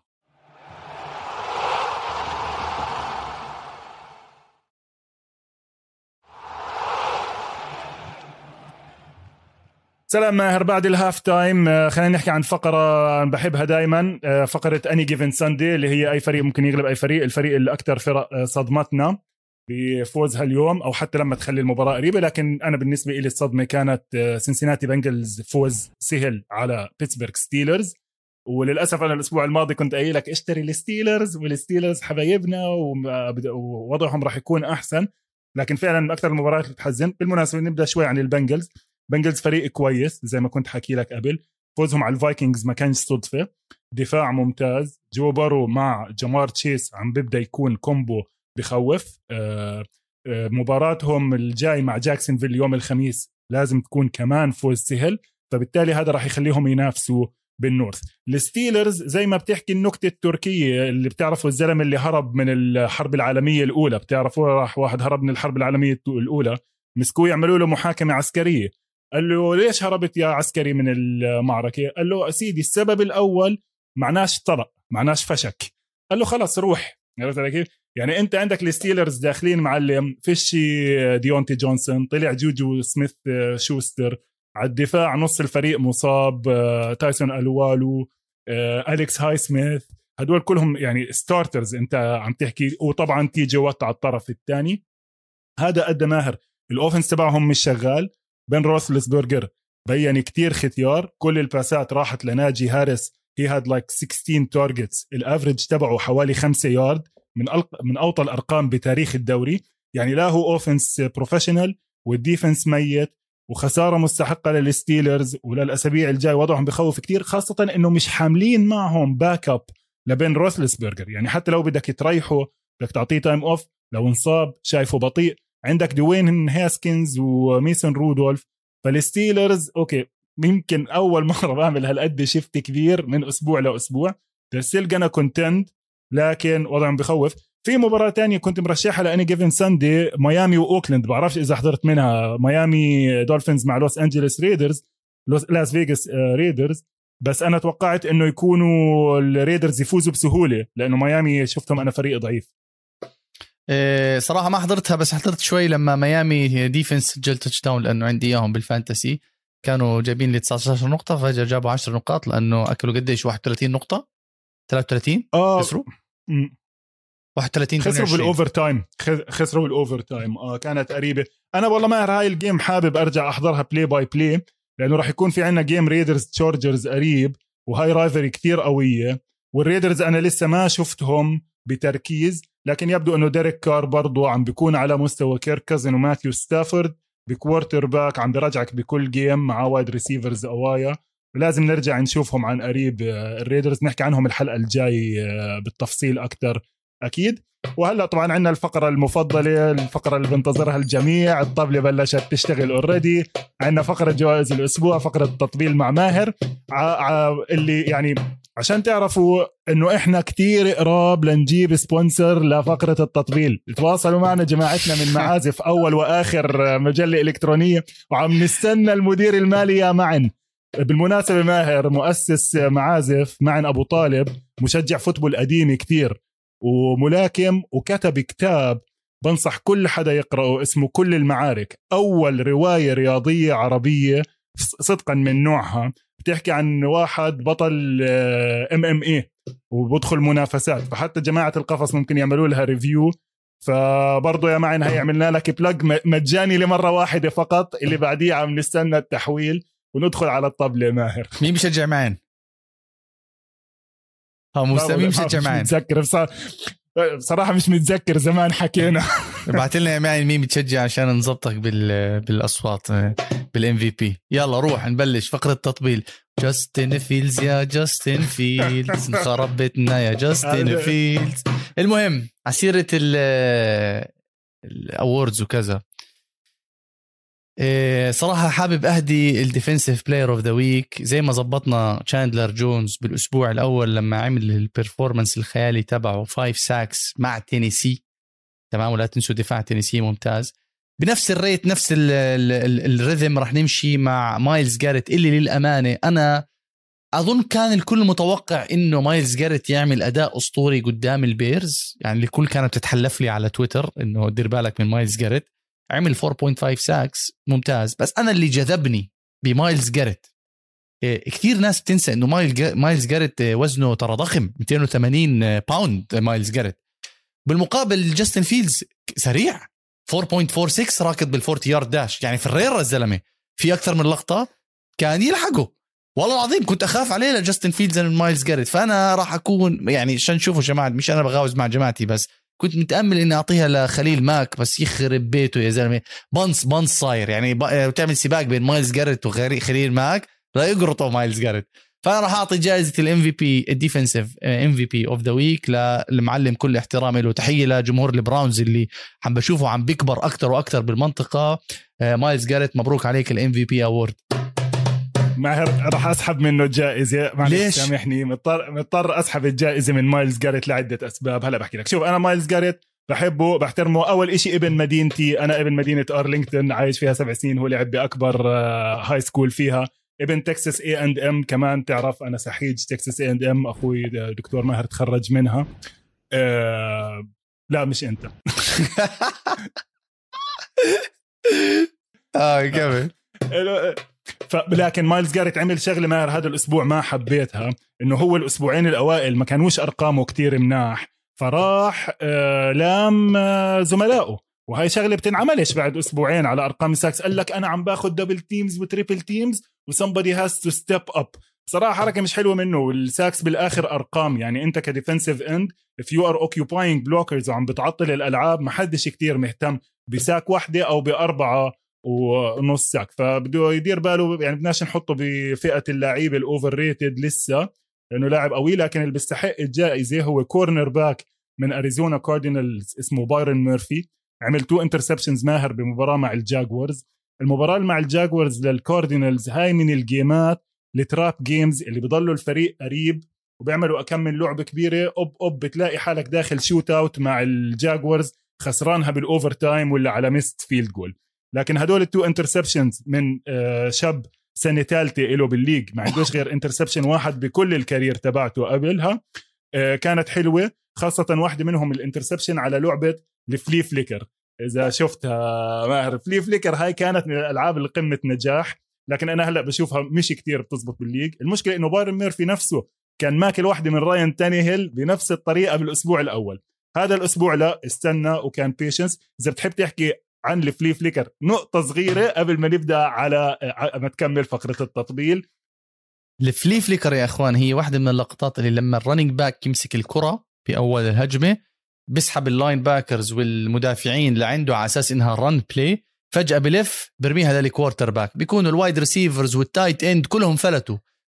[SPEAKER 2] سلام ماهر. بعد الهاف تايم خلينا نحكي عن فقرة بحبها دايما، فقرة أني جيفن ساندي، اللي هي أي فريق ممكن يغلب أي فريق. الفريق اللي أكتر فرق صدمتنا بفوزها اليوم أو حتى لما تخلي المباراة قريبة، لكن أنا بالنسبة إلي الصدمة كانت سنسيناتي بنجلز فوز سهل على بيتسبرغ ستيلرز. وللأسف أنا الأسبوع الماضي كنت قايل لك اشتري الستيلرز، والستيلرز حبايبنا ووضعهم راح يكون أحسن، لكن فعلا من أكتر المباريات اللي تحزن. بالمناسبة نبدأ شوي عن البنجلز. بنجلز فريق كويس زي ما كنت حكي لك قبل، فوزهم على الفايكنجز ما كانش صدفة، دفاع ممتاز، جو بارو مع جمار تشيس عم ببدأ يكون كومبو بخوف. آآ آآ مباراتهم الجاي مع جاكسونفيل يوم الخميس لازم تكون كمان فوز سهل، فبالتالي هذا راح يخليهم ينافسوا بالنورث. الستيلرز زي ما بتحكي النكتة التركية اللي بتعرفوا، الزلم اللي هرب من الحرب العالمية الأولى، بتعرفوا راح واحد هرب من الحرب العالمية الأولى، مسكوه يعملوا له محاكمة عسكرية. قال له ليش هربت يا عسكري من المعركة؟ قال له سيدي السبب الأول معناش طرق، معناش فشك. قال له خلاص روح. يعني أنت عندك الستيلرز داخلين معلم، فيش ديونتي جونسون، طلع جوجو سميث شوستر، على الدفاع نص الفريق مصاب، تايسون ألوالو، أليكس هاي سميث، هدول كلهم يعني ستارترز أنت عم تحكي. وطبعا تي جي وات على الطرف الثاني. هذا قد ماهر الأوفنس تبعهم مش شغال. بين روثلسبرجر بيّن كتير ختيار، كل الباسات راحت لناجي هاريس، هي هاد لايك ستة عشر تارجتس، الافريج تبعه حوالي خمسة يارد، من ألق... من اوطى الارقام بتاريخ الدوري. يعني لا هو اوفنس بروفيشنال والديفنس ميت، وخساره مستحقه للستيلرز. وللاسابيع الجاي وضعهم بخوف كتير، خاصه انه مش حاملين معهم باك اب لبين روثلسبرجر. يعني حتى لو بدك تريحه بدك تعطيه تايم اوف، لو انصاب شايفه بطيء. عندك دوين هاسكنز وميسون رودولف. فالستيلرز اوكي يمكن اول مره بعمل هالقد شفت كبير من اسبوع لاسبوع، ترسل جانا كونتند، لكن وضعهم بخوف. في مباراه تانية كنت مرشحها لاني جيفن ساندي، ميامي واوكلاند، بعرفش اذا حضرت منها. ميامي دولفينز مع لوس انجلوس ريدرز، لوس لاس فيغاس ريدرز. بس انا توقعت انه يكونوا الريدرز يفوزوا بسهوله، لانه ميامي شفتهم انا فريق ضعيف.
[SPEAKER 1] إيه صراحة ما حضرتها، بس حضرت شوي لما ميامي ديفنس سجل تاتش داون، لأنه عندي إياهم بالفانتسي كانوا جايبين لي تسعة عشر نقطة، فجأة جابوا عشر نقاط لأنه أكلوا قديش واحد وثلاثين نقطة، ثلاثة وثلاثين
[SPEAKER 2] آه
[SPEAKER 1] خسروا واحد وثلاثين،
[SPEAKER 2] خسروا بالأوفر تايم، خسروا بالأوفر تايم. آه كانت قريبة. أنا والله ما هاي الجيم حابب أرجع أحضرها بلاي باي بلاي، لأنه راح يكون في عنا جيم ريدرز تشارجرز قريب، وهاي رايفري كتير قوية. والريدرز أنا لسه ما شفتهم بتركيز، لكن يبدو أنه ديريك كار برضو عم بيكون على مستوى كيرك كازن وماثيو ستافورد بكوارتر باك، عم برجعك بكل جيم مع وايد ريسيفرز قوايا. لازم نرجع نشوفهم عن قريب. الريدرز نحكي عنهم الحلقة الجاي بالتفصيل أكتر أكيد. وهلأ طبعا عندنا الفقرة المفضلة، الفقرة اللي بنتظرها الجميع، الطاولة بلشت تشتغل اوريدي. عندنا فقرة جوائز الأسبوع، فقرة تطبيل مع ماهر، ع... ع... اللي يعني عشان تعرفوا انه احنا كتير قراب لنجيب سبونسر لفقرة التطبيل. تواصلوا معنا جماعتنا من معازف اول واخر مجلة الكترونية، وعم نستنى المدير المالي يا معن. بالمناسبة ماهر مؤسس معازف، معن ابو طالب مشجع فوتبول قديم كتير وملاكم، وكتب كتاب بنصح كل حدا يقرأه اسمه كل المعارك، اول رواية رياضية عربية صدقا من نوعها، بتحكي عن واحد بطل ام ام اي وبدخل منافسات، فحتى جماعة القفص ممكن يعملوا لها ريفيو. فبرضو يا معن هي عملنا لك بلاج مجاني لمرة واحدة فقط، اللي بعديه عم نستنى التحويل وندخل على الطبلة. ماهر
[SPEAKER 1] مين بيشجع معن؟ ها مستمين بيشجع معن؟
[SPEAKER 2] متذكر بصراحة مش متذكر، زمان حكينا.
[SPEAKER 1] بعت لنا يا معن مين بتشجع عشان نظبطك بال بالاصوات بالام في بي. يلا روح نبلش فقرة تطبيل. جاستن فيلز يا جاستن فيلز، خربتنا يا جاستن فيلز. المهم عسيرة الاووردز وكذا، صراحة حابب أهدي الديفنسيف بلاير اوف ذا ويك زي ما زبطنا تشاندلر جونز بالأسبوع الأول لما عمل البرفورمانس الخيالي تبعه فايف ساكس مع تينيسي. تمام، ولا تنسوا دفاع تينيسي ممتاز. بنفس الريت نفس الريذم رح نمشي مع مايلز جاريت، اللي للأمانة أنا أظن كان الكل متوقع إنه مايلز جاريت يعمل أداء أسطوري قدام البيرز. يعني الكل كانت تتحلف لي على تويتر إنه دير بالك من مايلز جاريت، عمل أربعة فاصلة خمسة ساكس ممتاز. بس أنا اللي جذبني بمايلز جاريت، كتير ناس بتنسى إنه مايلز جاريت وزنه ترى ضخم، مئتين وثمانين باوند مايلز جاريت. بالمقابل جاستن فيلدز سريع أربعة فاصلة أربعة ستة راكض بالفورتي يارد داش، يعني في الريرة الزلمة في أكثر من لقطة كان يلحقه. والله العظيم كنت أخاف عليه لجاستن فيلدز من مايلز جاريت. فأنا راح أكون يعني عشان نشوفوا جماعة، مش أنا بغاوز مع جماعتي، بس كنت متأمل إني أعطيها لخليل ماك، بس يخرب بيته يا زلمة. بانس بانس صاير يعني ب... تعمل سباق بين مايلز جاريت وخليل ماك لا يقرطوا مايلز جاريت. فأنا راح أعطي جائزة الام في بي الديفنسيف ام في بي اوف ذا ويك للمعلم، كل احترامي له. تحية لجمهور البراونز اللي عم بشوفه عم بيكبر أكتر وأكتر بالمنطقة. مايلز جاريت مبروك عليك الام في بي أورد.
[SPEAKER 2] ماهر راح أسحب منه الجائزة، معلش سامحني، مضطر مضطر أسحب الجائزة من مايلز جاريت لعدة أسباب. هلا بحكي لك. شوف أنا مايلز جاريت بحبه بحترمه. أول إشي ابن مدينتي، أنا ابن مدينة أرلينغتون، عايش فيها سبع سنين، هو لعب بأكبر هاي سكول فيها. ابن تكساس اي اند ام كمان، تعرف أنا سحيج تكساس اي اند ام، أخوي دكتور ماهر تخرج منها. أه لا مش أنت.
[SPEAKER 1] آه كمل.
[SPEAKER 2] لكن مايلز جاريت عمل شغله ماهر هذا الاسبوع ما حبيتها، انه هو الاسبوعين الاوائل ما كانوش ارقامه كتير مناح، فراح آه لام آه زملائه، وهي شغله بتنعملش بعد اسبوعين على ارقام الساكس. قال لك انا عم باخذ دبل تيمز وتريبل تيمز وسمبودي هاز تو ستيب اب. بصراحه حركه مش حلوه منه. والساكس بالاخر ارقام، يعني انت كديفنسيف اند if you are occupying blockers وعم بتعطل الالعاب، ما حدش كتير مهتم بساك واحده او باربعه ونص ساك. فبده يدير باله، يعني بدناش نحطه بفئة اللاعب الأوفر ريتد لسه، لأنه لاعب قوي، لكن اللي بيستحق الجائزة هو كورنر باك من أريزونا كاردينالز اسمه بايرن ميرفي. عمل تو انترسبشنز ماهر بمباراة مع الجاكورز. المباراة مع الجاكورز للكاردينالز هاي من الجيمات التراب جيمز اللي بيضلوا الفريق قريب وبيعملوا أكمل لعبة كبيرة، أوب أوب بتلاقي حالك داخل شوت أوت مع الجاكورز، خسرانها بالأوفر تايم ولا على ميست فيلد جول. لكن هدول التو انترسبشنز من شاب سنة ثالثة له بالليج، ما عندوش غير انترسبشن واحد بكل الكارير تبعته قبلها، كانت حلوة. خاصة واحدة منهم الانترسبشن على لعبة الفلي فليكر. إذا شفتها ماهر، فلي فليكر هاي كانت من الألعاب اللي قمة نجاح، لكن أنا هلأ بشوفها مش كتير بتزبط بالليج. المشكلة إنه بايرن ميرفي نفسه كان ماكل واحدة من راين تانيهيل بنفس الطريقة بالأسبوع الأول. هذا الأسبوع لا، استنى وكان بيشنس. إذا بتحب تحكي عن الفلي فليكر نقطة صغيرة قبل ما نبدأ على ما تكمل فقرة التطبيل.
[SPEAKER 1] الفلي فليكر يا أخوان هي واحدة من اللقطات اللي لما الرننج باك يمسك الكرة في أول الهجمة بسحب اللاين باكرز والمدافعين اللي عنده على أساس إنها رن بلاي، فجأة بلف برميها للكوارتر باك، بيكونوا الوايد ريسيفرز والتايت اند كلهم فلتوا،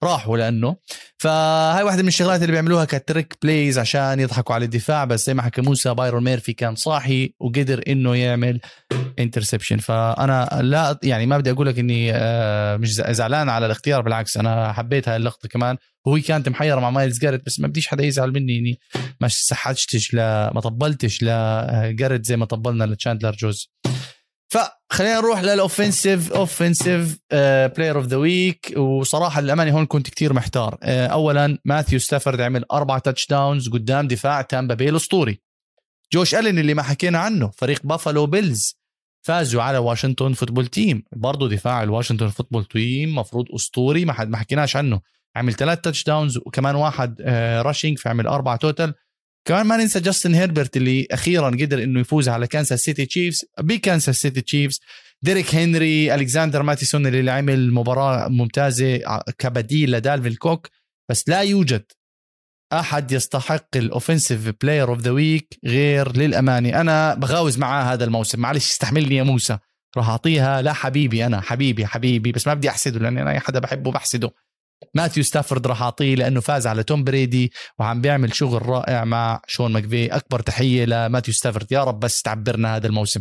[SPEAKER 1] راحوا لأنه فهاي واحدة من الشغلات اللي بيعملوها كتريك بلايز عشان يضحكوا على الدفاع. بس زي ما حكى موسى بايرون ميرفي كان صاحي وقدر إنه يعمل انترسبشن. فأنا لا يعني ما بدي أقولك إني مش زعلان على الاختيار، بالعكس أنا حبيت هاي اللقطة كمان. وهي كانت محيرة مع مايلز جاريت بس ما بديش حدا يزعل مني إني ما سحجتش لا ما طبلتش لجاريت زي ما طبلنا لتشاندلر جوز. فخلينا نروح للأوفنسيف أوفنسيف بلاير أوف ذا ويك. وصراحة الأمانة هون كنت كتير محتار. uh, أولا ماثيو ستافورد عمل أربعة تاتش داونز قدام دفاع تامبا بي الأسطوري. جوش ألين اللي ما حكينا عنه فريق بافالو بيلز فازوا على واشنطن فوتبول تيم، برضو دفاع الواشنطن فوتبول تيم مفروض أسطوري ما حد ما حكيناش عنه. عمل ثلاث تاتش داونز وكمان واحد uh, راشينج فعمل أربعة توتال. كمان ما ننسى جاستن هيربرت اللي أخيرا قدر إنه يفوز على كانساس سيتي تشيفز بكانساس سيتي تشيفز. ديريك هنري، ألكساندر ماتيسون اللي عمل مباراة ممتازة كبديل لدالفين كوك. بس لا يوجد أحد يستحق الأوفنسيف بلاير أوف ذا ويك غير للأمانة. أنا بغاوز معاه هذا الموسم، معلش استحملني يا موسى، راح أعطيها لا حبيبي أنا حبيبي حبيبي بس ما بدي أحسده لأن أنا أي حدا بحبه بحسده. ماثيو ستافورد راح أعطيه لأنه فاز على توم بريدي وعم بيعمل شغل رائع مع شون ماكفي. أكبر تحية لماثيو ستافورد، يا رب بس تعبرنا هذا الموسم.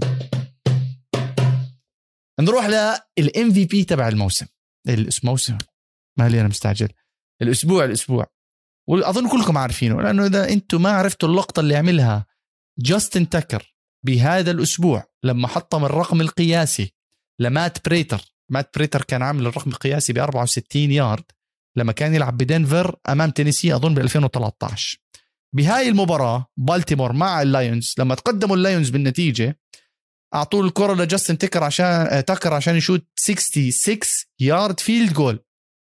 [SPEAKER 1] نروح للإم في بي تبع الموسم الموسم مالي أنا مستعجل الأسبوع الأسبوع وأظن كلكم عارفينه لأنه إذا أنتم ما عرفتوا اللقطة اللي عملها جاستن تاكر بهذا الأسبوع لما حطم الرقم القياسي لمات بريتر. مات بريتر كان عامل الرقم القياسي ب أربعة وستين يارد لما كان يلعب بدنفر أمام تينيسي أظن ب ألفين وثلاثة عشر. بهاي المباراة بالتيمور مع اللايونز لما تقدموا اللايونز بالنتيجة أعطوا الكرة لجاستن تاكر عشان تاكر عشان يشوت ستة وستين يارد فيلد جول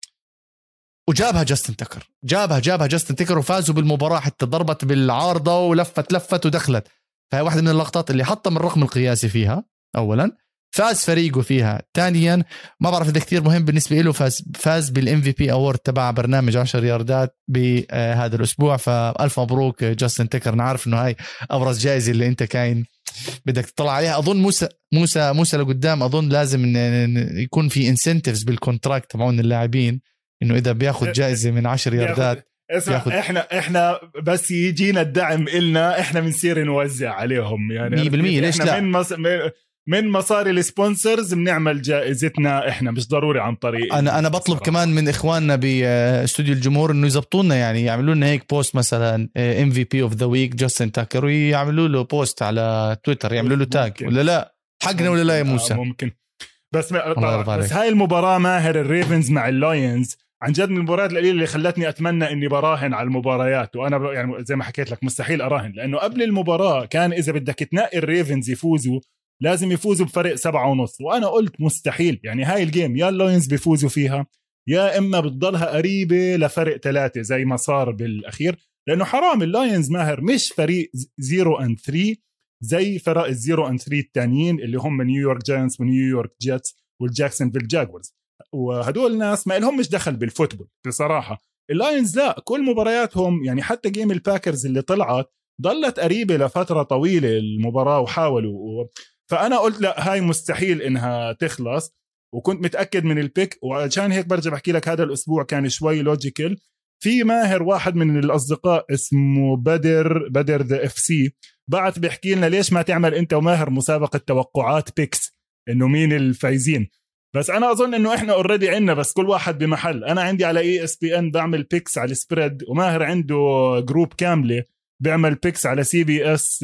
[SPEAKER 1] وجابها جاستن تاكر جابها جابها جاستن تاكر وفازوا بالمباراة حتى ضربت بالعارضة ولفت لفت ودخلت. فهي واحدة من اللقطات اللي حطم الرقم القياسي فيها. أولا فاز فريقه فيها. ثانيا ما بعرف إذا كتير مهم بالنسبة له فاز فاز بالإم في بي أورد تبع برنامج عشر ياردات بهذا الأسبوع. فألف مبروك جاستن تاكر. نعرف إنه هاي أبرز جائزة اللي أنت كاين بدك تطلع عليها. أظن موسى موسى موسى لقدام أظن لازم يكون في انسنتيفز بالكونتراكت تبعون اللاعبين إنه إذا بياخد جائزة من عشر ياردات
[SPEAKER 2] اسمع احنا احنا بس يجينا الدعم إلنا احنا بنصير نوزع عليهم يعني
[SPEAKER 1] مية بالمية. ليش لا
[SPEAKER 2] من مص... من مصاري السبونسرز بنعمل جائزتنا احنا مش ضروري عن طريق.
[SPEAKER 1] انا انا بطلب صراحة. كمان من اخواننا باستوديو الجمهور انه يزبطوا لنا يعني يعملوا لنا هيك بوست مثلا ام في بي اوف ذا ويك جاستن تاكر ويعملوا له بوست على تويتر يعملوا له تاج ولا لا حقنا ولا لا يا موسى.
[SPEAKER 2] ممكن بس ما... بس هاي المباراة ماهر الريفنز مع اللاينز عن جد من المباريات القليلة اللي خلتني أتمنى إني براهن على المباريات. وأنا يعني زي ما حكيت لك مستحيل أراهن لأنه قبل المباراة كان إذا بدك تنقي الريفنز يفوزوا لازم يفوزوا بفرق سبعة ونص وأنا قلت مستحيل يعني هاي الجيم يا اللاينز بيفوزوا فيها يا إما بتضلها قريبة لفرق ثلاثة زي ما صار بالأخير. لأنه حرام اللاينز ماهر مش فريق زيرو أند ثري زي فرق الزيرو أند ثري التانيين اللي هم نيويورك جاينتس ونيويورك جيتس والجاكسونفيل جاكورز وهدول الناس ما لهم مش دخل بالفوتبول بصراحة. اللاينز لا كل مبارياتهم يعني حتى جيم الباكرز اللي طلعت ضلت قريبة لفترة طويلة المباراة وحاولوا. فأنا قلت لا هاي مستحيل إنها تخلص وكنت متأكد من البيك. وعشان هيك برجع بحكي لك هذا الأسبوع كان شوي لوجيكل. في ماهر واحد من الأصدقاء اسمه بدر بدر ذا اف سي بعت بيحكي لنا ليش ما تعمل أنت وماهر مسابقة توقعات بيكس إنه مين الفايزين. بس أنا أظن إنه إحنا أوريدي عنا بس كل واحد بمحل. أنا عندي على إي إس بي إن بعمل بيكس على السبريد وماهر عنده جروب كاملة بيعمل بيكس على سي بي اس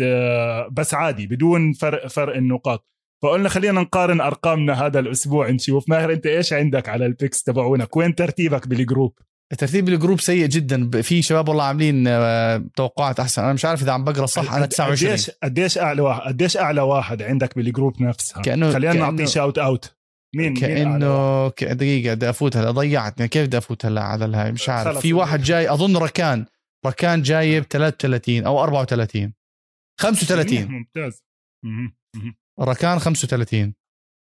[SPEAKER 2] بس عادي بدون فرق فرق النقاط. فقلنا خلينا نقارن أرقامنا هذا الأسبوع نشوف. ماهر أنت إيش عندك على البيكس تبعونك وين ترتيبك بالجروب؟
[SPEAKER 1] ترتيب الجروب سيء جدا. في شباب والله عاملين توقعات أحسن. أنا مش عارف إذا عم بقرأ صح. أنا تسعة وعشرين.
[SPEAKER 2] قديش قديش أعلى واحد قديش أعلى واحد عندك بالجروب نفسها؟ خلينا نعطي شاوت أوت. مين
[SPEAKER 1] كأنه دقيقة بدي أفوت هلا ضيعتني. كيف بدي أفوت هلا على الهاي مش عارف. في واحد جاي أظن ركان ركان جايب ثلاثة وثلاثين أو أربعة وثلاثين خمسة وثلاثين.
[SPEAKER 2] ممتاز.
[SPEAKER 1] ركان خمسة وثلاثين.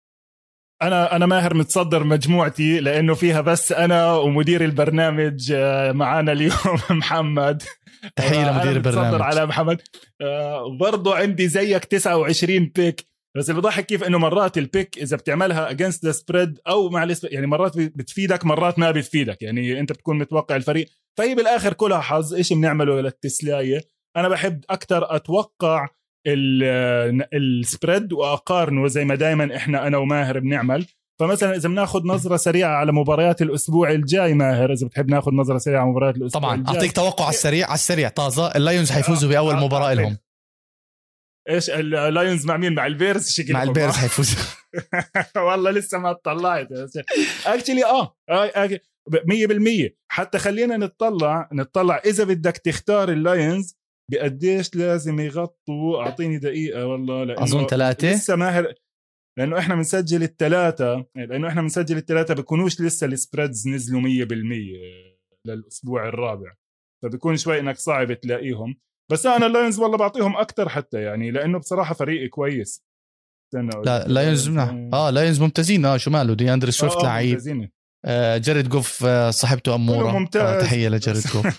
[SPEAKER 2] أنا أنا ماهر متصدر مجموعتي لأنه فيها بس أنا ومدير البرنامج معانا اليوم محمد.
[SPEAKER 1] تحية لمدير البرنامج.
[SPEAKER 2] على محمد. برضو عندي زيك تسعة وعشرين بيك بس اللي بضحك كيف انه مرات البيك اذا بتعملها against the spread او مع الاسم يعني مرات بتفيدك مرات ما بتفيدك، يعني انت بتكون متوقع الفريق، فهي بالاخر كلها حظ. ايش بنعمله للتسلايه؟ انا بحب اكتر اتوقع السبريد واقارنه زي ما دائما احنا انا وماهر بنعمل. فمثلا اذا بناخذ نظره سريعه على مباريات الاسبوع الجاي، ماهر اذا بتحب ناخذ نظره سريعه على مباريات الاسبوع
[SPEAKER 1] طبعا
[SPEAKER 2] الجاي.
[SPEAKER 1] اعطيك توقع على السريع على السريع طازه. اللايونز حيفوزوا باول مباراه لهم.
[SPEAKER 2] ايش اللايونز مع مين؟ مع البيرز شكل
[SPEAKER 1] مع البيرز حيفوزوا.
[SPEAKER 2] والله لسه ما اطلعت اكشلي اه مية بالمية. حتى خلينا نتطلع نتطلع اذا بدك تختار اللايونز بقديش لازم يغطوا. اعطيني دقيقه والله لانه
[SPEAKER 1] اظن ثلاثة
[SPEAKER 2] لسه ماهر، لانه احنا بنسجل الثلاثه لانه احنا بنسجل الثلاثه بيكونوش لسه السبريدز نزلوا مية بالمية للاسبوع الرابع، فبيكون شوي انك صعب تلاقيهم. بس انا اللايونز والله بعطيهم اكتر حتى يعني لانه بصراحه فريق كويس.
[SPEAKER 1] لا لايونز اه لايونز ممتازين. اه شو ماله دي اندري سويفت آه لعيب. آه جاريد جوف آه صاحبته اموره. آه تحيه لجاريد جوف.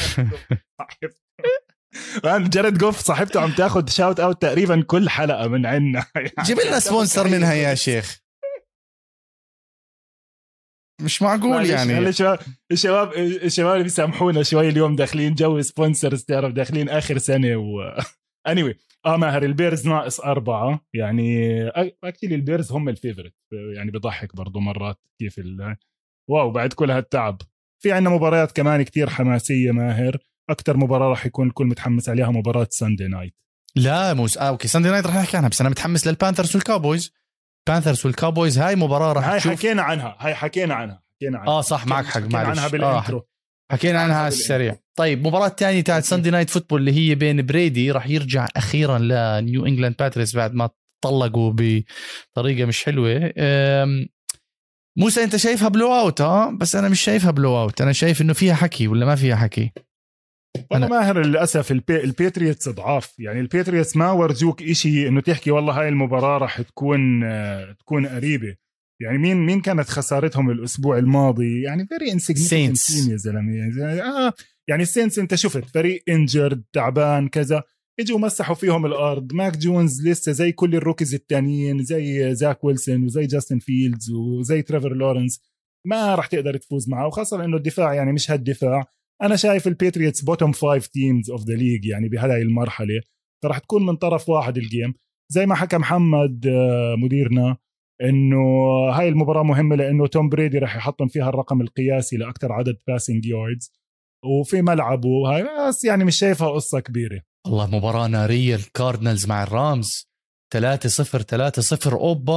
[SPEAKER 1] جاريد جوف صاحبته عم تاخذ شاوت اوت تقريبا كل حلقه من عنا. يعني جيب لنا سبونسر منها يا شيخ. مش معقول يعني.
[SPEAKER 2] الشباب الشباب الشباب اللي بيسامحونا شوي اليوم داخلين جو سبونسرز، تعرف داخلين اخر سنه و anyway اه ماهر البيرز ناقص أربعة يعني اكيد البيرز هم الفيفورت يعني. بضحك برضو مرات كيف ال... واو بعد كل هالتعب. في عنا مباريات كمان كتير حماسية ماهر. أكتر مباراة راح يكون الكل متحمس عليها مباراة ساندي نايت.
[SPEAKER 1] لا موس آه أوكي ساندي نايت راح نحكي عنها، بس أنا متحمس للبانثرز والكاوبويز. بانثرز والكاوبويز هاي مباراة راح
[SPEAKER 2] هاي
[SPEAKER 1] تشوف.
[SPEAKER 2] حكينا عنها هاي حكينا عنها حكينا عنها
[SPEAKER 1] آه صح معك حق
[SPEAKER 2] حكينا عنها بالانترو.
[SPEAKER 1] آه حكينا عنها على السريع. طيب مباراة تانية تاعت ساندي نايت فوتبول اللي هي بين بريدي راح يرجع أخيرا لنيو إنجلاند باتريس بعد ما طلقوا بطريقة مش حلوة. موسى أنت شايفها بلو أوت؟ ها بس أنا مش شايفها بلو أوت. أنا شايف إنه فيها حكي ولا ما فيها حكي.
[SPEAKER 2] أنا ماهر للأسف البي... البيتريتس ضعاف يعني. البيتريتس ما ورجوك إشي إنه تحكي والله هاي المباراة راح تكون تكون قريبة يعني. مين مين كانت خسارتهم الأسبوع الماضي يعني very insignificant يا زلمة يعني. آه يعني السينس أنت شفت فريق إنجرد تعبان كذا، اجوا مسحوا فيهم الأرض. ماك جونز لسه زي كل الروكيز التانيين زي زاك ويلسون وزي جاستن فيلدز وزي تريفر لورنس، ما راح تقدر تفوز معه، وخاصة إنه الدفاع يعني مش هالدفاع. أنا شايف البيتريتس بوتوم فايف تيمز أوف ذا ليج يعني بهذه المرحلة، فراح تكون من طرف واحد الجيم. زي ما حكى محمد مديرنا إنه هاي المباراة مهمة لأنه توم بريدي راح يحطم فيها الرقم القياسي لأكثر عدد باسنج ياردز وفي ملعبه هاي، بس يعني مش شايفها قصة كبيرة.
[SPEAKER 1] الله مباراة نارية. الكاردينالز مع الرامز ثلاثة صفر ثلاثة صفر. أوبا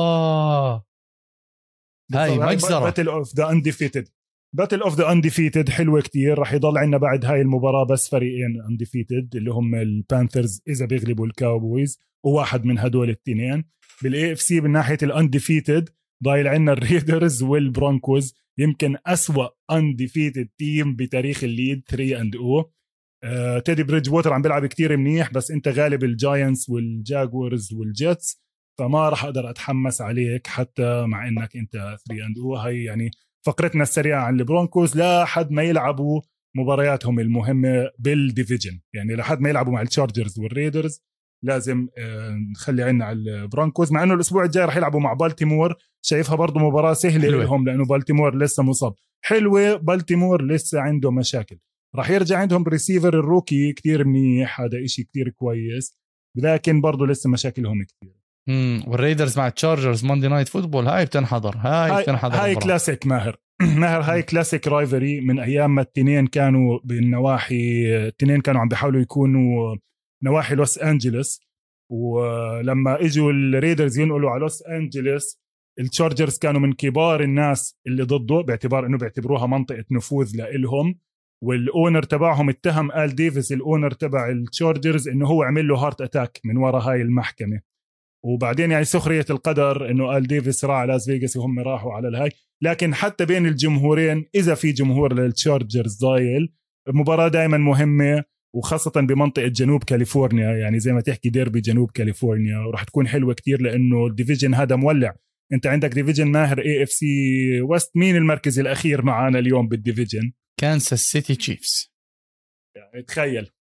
[SPEAKER 1] هاي مجزرة.
[SPEAKER 2] باتل أوف ذا أنديفيتد باتل أوف ذا أنديفيتد حلوة كتير. راح يضل عنا بعد هاي المباراة بس فريقين أنديفيتد اللي هم البانثرز إذا بيغلبوا الكاوبويز، وواحد من هدول التنين. بالاي اف سي من ناحية الأنديفيتد ضايل عنا الريدرز والبرونكوز، يمكن أسوأ أنديفيتد تيم بتاريخ الليد ثري أند أو. آه، تيدي بريدج ووتر عم بيلعب كتير منيح، بس انت غالب الجاينتس والجاكورز والجيتس، فما راح اقدر اتحمس عليك حتى مع انك انت ثري اند او. هاي يعني فقرتنا السريعه عن البرونكوز لحد ما يلعبوا مبارياتهم المهمه بالديفيجن، يعني لحد ما يلعبوا مع التشارجرز والريدرز لازم آه نخلي عنا على البرونكوز. مع انه الاسبوع الجاي راح يلعبوا مع بالتيمور، شايفها برضو مباراه سهله لهم لانه بالتيمور لسه مصاب. حلوه بالتيمور لسه عنده مشاكل. راح يرجع عندهم ريسيفر الروكي كتير منيح، هذا إشي كتير كويس، لكن برضو لسه مشاكلهم كتير.
[SPEAKER 1] امم والريدرز مع التشارجرز موندي نايت فوتبول هاي بتنحضر. هاي, هاي بتنحضر
[SPEAKER 2] هاي
[SPEAKER 1] برا.
[SPEAKER 2] كلاسيك ماهر ماهر هاي كلاسيك رايفري من أيام ما التنين كانوا بالنواحي، التنين كانوا عم بيحاولوا يكونوا نواحي لوس أنجلس، ولما إجوا الريدرز ينقلوا على لوس أنجلس التشارجرز كانوا من كبار الناس اللي ضده باعتبار إنه بيعتبروها منطقة نفوذ لإلهم. والاونر تبعهم اتهم آل ديفيس الاونر تبع التشارجرز انه هو عمل له هارت اتاك من وراء هاي المحكمه. وبعدين يعني سخريه القدر انه آل ديفيس راح على لاس فيغاس وهم راحوا على الهاي. لكن حتى بين الجمهورين اذا في جمهور للتشارجرز ضايل، المباراه دائما مهمه، وخاصه بمنطقه جنوب كاليفورنيا، يعني زي ما تحكي ديربي جنوب كاليفورنيا، وراح تكون حلوه كتير لانه الديفيجن هذا مولع. انت عندك ديفيجن ماهر اي اف سي وست، مين المركز الاخير معانا اليوم بالديفيجن؟
[SPEAKER 1] كانساس سيتي تشيفز.
[SPEAKER 2] يعني تخيل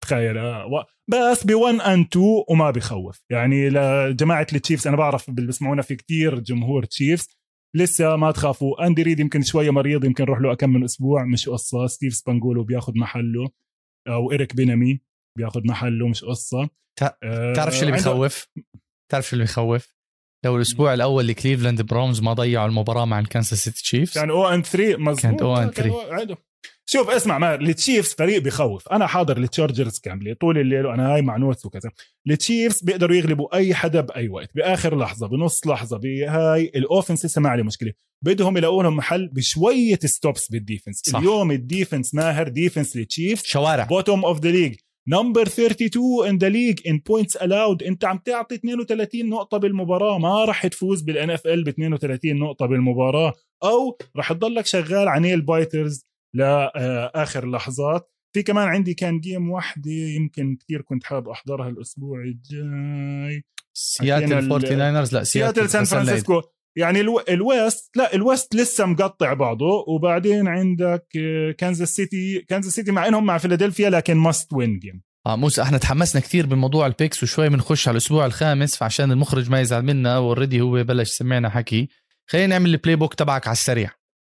[SPEAKER 2] تخيل آه. بس بون أند تو وما بيخوف يعني لجماعة التشيفز. أنا بعرف اللي بسمعونا في كتير جمهور تشيفز لسه ما تخافوا. أندي ريد يمكن شوية مريض يمكن روح له أكم من أسبوع مش قصة. ستيف سبانجولو بياخد محله أو إريك بينامي بياخد محله مش قصة.
[SPEAKER 1] تعرف شو اللي بيخوف؟ تعرف شو اللي بيخوف؟ لو الأسبوع الأول لكليفلاند براونز ما ضيعوا المباراة مع الكانساس سيتي تشيفز
[SPEAKER 2] كان أو أن ثري مظبوط.
[SPEAKER 1] كانت أو أن ثري.
[SPEAKER 2] شوف اسمع ما التشيفز فريق بخوف. انا حاضر التشارجرز كامله طول الليل وانا هاي مع نوتس وكذا. التشيفز بيقدروا يغلبوا اي حدا باي وقت باخر لحظه بنص لحظه. بهاي الاوفنس لسه ما عليه مشكله. بدهم يلاقوا لهم محل بشويه ستوبس بالديفنس. صح. اليوم الديفنس ماهر ديفنس التشيفز
[SPEAKER 1] شوارع
[SPEAKER 2] بوتوم اوف ذا ليج نمبر ثلاثة وثلاثين ان ذا ليج ان بوينتس الاود. انت عم تعطي اثنين وثلاثين نقطه بالمباراه ما راح تفوز بالان اف ال ب اثنين وثلاثين نقطه بالمباراه او راح تضلك شغال على نيل بايترز لآخر لحظات. في كمان عندي كان جيم واحدة يمكن كتير كنت حاب أحضرها الأسبوع الجاي.
[SPEAKER 1] سياتل فورتي ناينرز لا
[SPEAKER 2] سياتل سان فرانسيسكو يعني الو... الويست لا الويست لسه مقطع بعضه. وبعدين عندك كانزاس سيتي كانزاس سيتي مع إنهم مع فيلادلفيا لكن ماست وين جيم.
[SPEAKER 1] اه موسى احنا تحمسنا كتير بالموضوع البيكس وشوي بنخش على الأسبوع الخامس فعشان المخرج ما يزعل منا والردي هو بلش سمعنا حكي. خلينا نعمل البلاي بوك تبعك على السريع.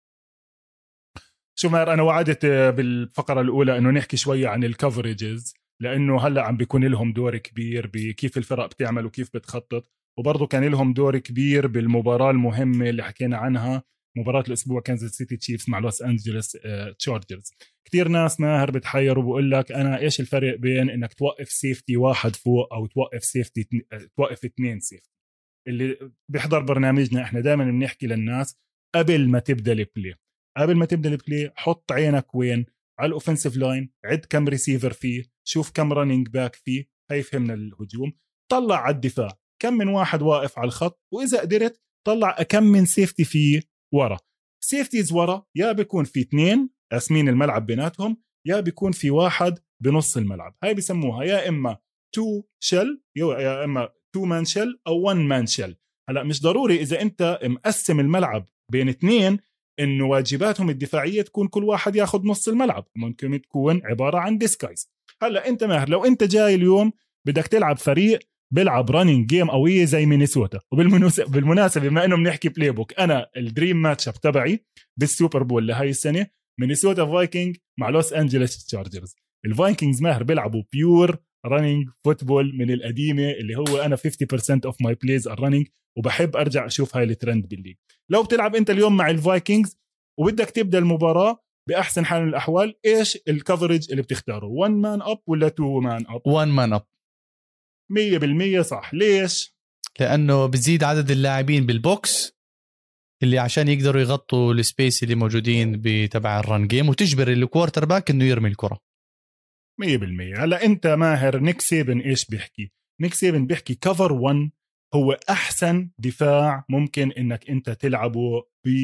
[SPEAKER 2] شو مار أنا وعدت بالفقرة الأولى إنه نحكي شوية عن الكفريجز لأنه هلأ عم بيكون لهم دور كبير بكيف الفرق بتعمل وكيف بتخطط. وبرضو كان لهم دور كبير بالمباراة المهمة اللي حكينا عنها مباراة الأسبوع كانزاس سيتي تشيفز مع لوس أنجلس تشارجرز. كتير ناس ماهر بتحير وبقول لك أنا إيش الفرق بين إنك توقف سيفتي واحد فوق أو توقف سيفتي توقف اثنين سيفتي. اللي بيحضر برنامجنا إحنا دائما بنحكي للناس قبل ما تبدأ البلاي قبل ما تبدأ البلاي حط عينك وين على الأوفنسيف لاين. عد كم ريسيفر فيه شوف كم رننج باك فيه هاي فهمنا الهجوم. طلع على الدفاع كم من واحد واقف على الخط وإذا قدرت طلع كم من سيفتي فيه ورا. سيفتيز ورا يا بيكون في اثنين قاسمين الملعب بيناتهم يا بيكون في واحد بنص الملعب. هاي بيسموها يا إما تو شل يا إما تو مان شل أو ون مان شل. هلأ مش ضروري إذا أنت مقسم الملعب بين اثنين إنه واجباتهم الدفاعية تكون كل واحد ياخد نص الملعب. ممكن تكون عبارة عن ديسكايز. هلأ أنت ماهر لو أنت جاي اليوم بدك تلعب فريق بيلعب رانينج جيم قوية زي مينيسوتا. وبالمناسبة بما إنه بنحكي بلاي بوك أنا الدريم ماتش اب تبعي بالسوبر بول لهاي السنة مينيسوتا فايكنج مع لوس أنجلس تشارجرز. الفايكنجز ماهر بيلعبوا بيور رانينج فوتبول من القديمة اللي هو أنا خمسين بالمية of my plays are running وبحب أرجع أشوف هاي الترند بالليج. لو بتلعب أنت اليوم مع الفايكنجز وبدك تبدأ المباراة بأحسن حال من الأحوال إيش الكفرج اللي بتختاره one man up ولا two man up؟
[SPEAKER 1] one man up
[SPEAKER 2] مية بالمية صح. ليش؟
[SPEAKER 1] لأنه بتزيد عدد اللاعبين بالبوكس اللي عشان يقدروا يغطوا السبيس اللي موجودين بتبع الران جيم وتجبر الكوارتر باك إنه يرمي الكرة
[SPEAKER 2] مية بالمية. هلا أنت ماهر نيك سيبن إيش بيحكي؟ نيك سيبن بيحكي كفر ون هو أحسن دفاع ممكن إنك أنت تلعبه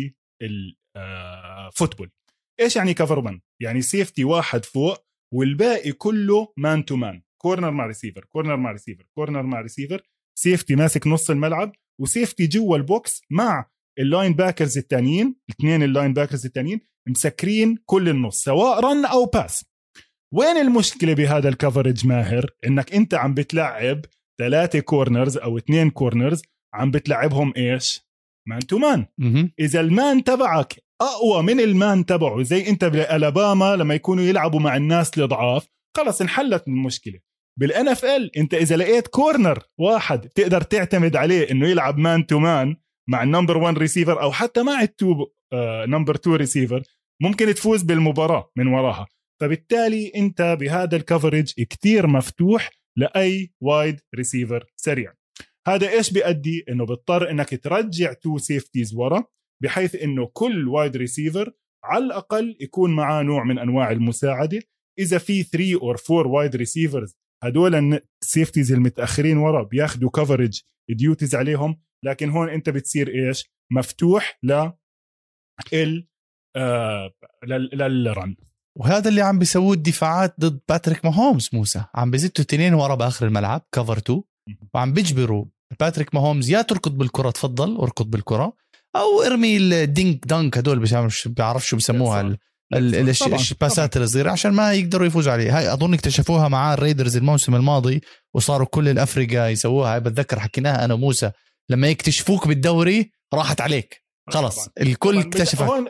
[SPEAKER 2] بالفوتبول. إيش يعني كفر ون؟ يعني سيفتي واحد فوق والباقي كله مان تو مان كورنر مع ريسيفر كورنر مع ريسيفر كورنر مع ريسيفر. سيفتي ماسك نص الملعب وسيفتي جوا البوكس مع اللاين باكرز التانيين الاثنين اللاين باكرز التانيين مسكرين كل النص سواء رن أو باس. وين المشكلة بهذا الكفرج ماهر؟ إنك أنت عم بتلعب ثلاثة كورنرز أو اثنين كورنرز عم بتلعبهم إيش؟ مان تو مان. إذا المان تبعك أقوى من المان تبعه زي أنت بألاباما لما يكونوا يلعبوا مع الناس الضعاف خلص انحلت المشكلة. بالان اف ال انت اذا لقيت كورنر واحد تقدر تعتمد عليه انه يلعب مان تو مان مع النمبر واحد ريسيفر او حتى مع التو نمبر اثنين ريسيفر ممكن تفوز بالمباراة من وراها. فبالتالي انت بهذا الكفرج كتير مفتوح لاي وايد ريسيفر سريع. هذا ايش بيؤدي؟ انه بيضطر انك ترجع تو سيفتيز ورا بحيث انه كل وايد ريسيفر على الاقل يكون معاه نوع من انواع المساعدة. اذا في ثلاثة or أربعة وايد ريسيفرز هدول السيفتيز المتأخرين ورا بياخدوا كفرج ديوتيز عليهم. لكن هون انت بتصير ايش؟ مفتوح ل ال آه للرن.
[SPEAKER 1] وهذا اللي عم بيسووه الدفاعات ضد باتريك ماهومز. موسى عم بيزتوا تنين ورا باخر الملعب كفر تو وعم بيجبروا باتريك ماهومز يا تركض بالكرة تفضل اركض بالكرة او ارمي الدينك دانك. هدول مش بيعرف شو بيسموها الباسات الصغيرة عشان ما يقدروا يفوزوا عليه. هاي أظن اكتشفوها مع الريدرز الموسم الماضي وصاروا كل الأفريقيا يسووها. بتذكر حكيناها أنا وموسى لما يكتشفوك بالدوري راحت عليك خلص الكل اكتشفك.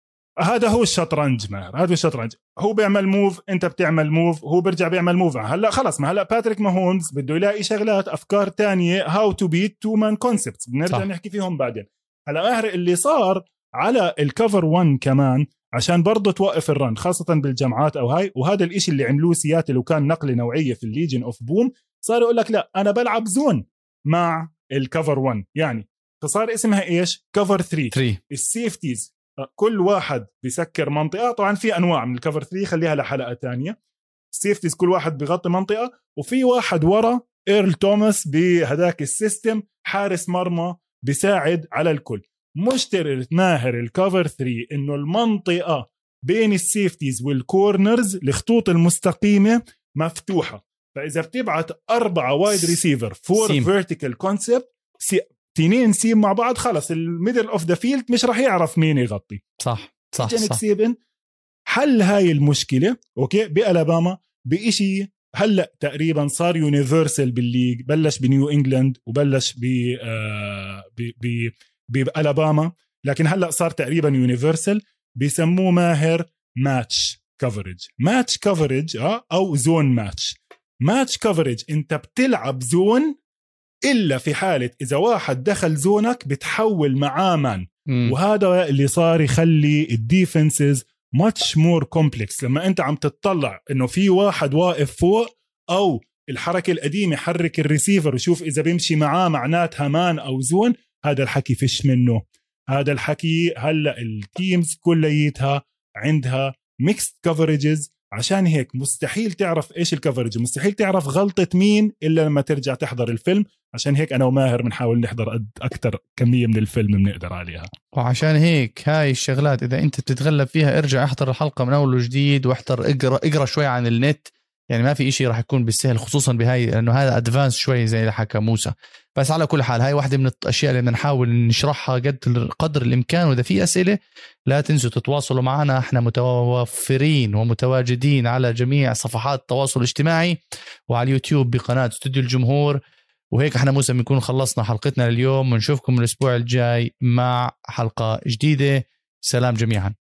[SPEAKER 2] هذا هو الشطرنج ماهر، هذا الشطرنج. هو بيعمل موف انت بتعمل موف، هو بيرجع بيعمل موف. هلا خلص ما هلا باتريك ماهونز بده يلاقي شغلات افكار تانية هاو تو بيت تو مان كونسبتس بنرجع نحكي فيهم بعدين. هلا ماهر اللي صار على الكفر واحد كمان عشان برضه توقف الرن خاصة بالجامعات أو هاي، وهذا الإشي اللي عملوه سياتل وكان نقلة نوعية في الليجن أوف بوم. صار يقول لك لا أنا بلعب زون مع الكفر واحد، يعني فصار اسمها إيش كفر ثري. السيفتيز كل واحد بيسكر منطقة. طبعا في أنواع من الكفر ثري خليها لحلقة تانية. السيفتيز كل واحد بيغطي منطقة، وفي واحد ورا إيرل توماس بهداك السيستم حارس مرمى بيساعد على الكل. مشترك ماهر الكفر ثري انه المنطقه بين السيفتيز والكورنرز الخطوط المستقيمه مفتوحه، فاذا بتبعت أربعة وايد ريسيفر فور فيرتيكال كونسبت تنين سيم مع بعض خلص الميدل اوف ذا فيلد مش راح يعرف مين يغطي.
[SPEAKER 1] صح صح
[SPEAKER 2] صح. سيبن حل هاي المشكله اوكي بألاباما بإشي هلا تقريبا صار يونيفرسال بالليج، بلش بنيو انجلاند وبلش ب آه ب بألاباما، لكن هلأ صار تقريبا يونيفرسال. بيسموه ماهر ماتش كفرج. ماتش كفرج اه او زون ماتش. ماتش كفرج انت بتلعب زون الا في حالة اذا واحد دخل زونك بتحول معاه مان، وهذا اللي صار يخلي الديفنسز ماتش مور كومبلكس. لما انت عم تتطلع انه في واحد واقف فوق او الحركة القديمة حرك الريسيفر وشوف اذا بيمشي معاه معناتها مان او زون، هذا الحكي فيش منه. هذا الحكي هلأ التيمز كليتها عندها ميكست كفرجز، عشان هيك مستحيل تعرف ايش الكفرج، مستحيل تعرف غلطة مين إلا لما ترجع تحضر الفيلم. عشان هيك أنا وماهر بنحاول نحضر أكتر كمية من الفيلم بنقدر عليها.
[SPEAKER 1] وعشان هيك هاي الشغلات إذا أنت بتتغلب فيها ارجع احضر الحلقة من أول وجديد واحضر اقرأ اقرأ شوي عن النت. يعني ما في إشي راح يكون بالسهل خصوصا بهاي لأنه هذا أدفانس شوي زي اللي حكى موسى. بس على كل حال هاي واحدة من الأشياء اللي بنحاول نشرحها قد قدر الإمكان. وإذا في أسئلة لا تنسوا تتواصلوا معنا، احنا متوفرين ومتواجدين على جميع صفحات التواصل الاجتماعي وعلى اليوتيوب بقناة استوديو الجمهور. وهيك احنا موسى بنكون خلصنا حلقتنا لليوم ونشوفكم الأسبوع الجاي مع حلقة جديدة. سلام جميعا.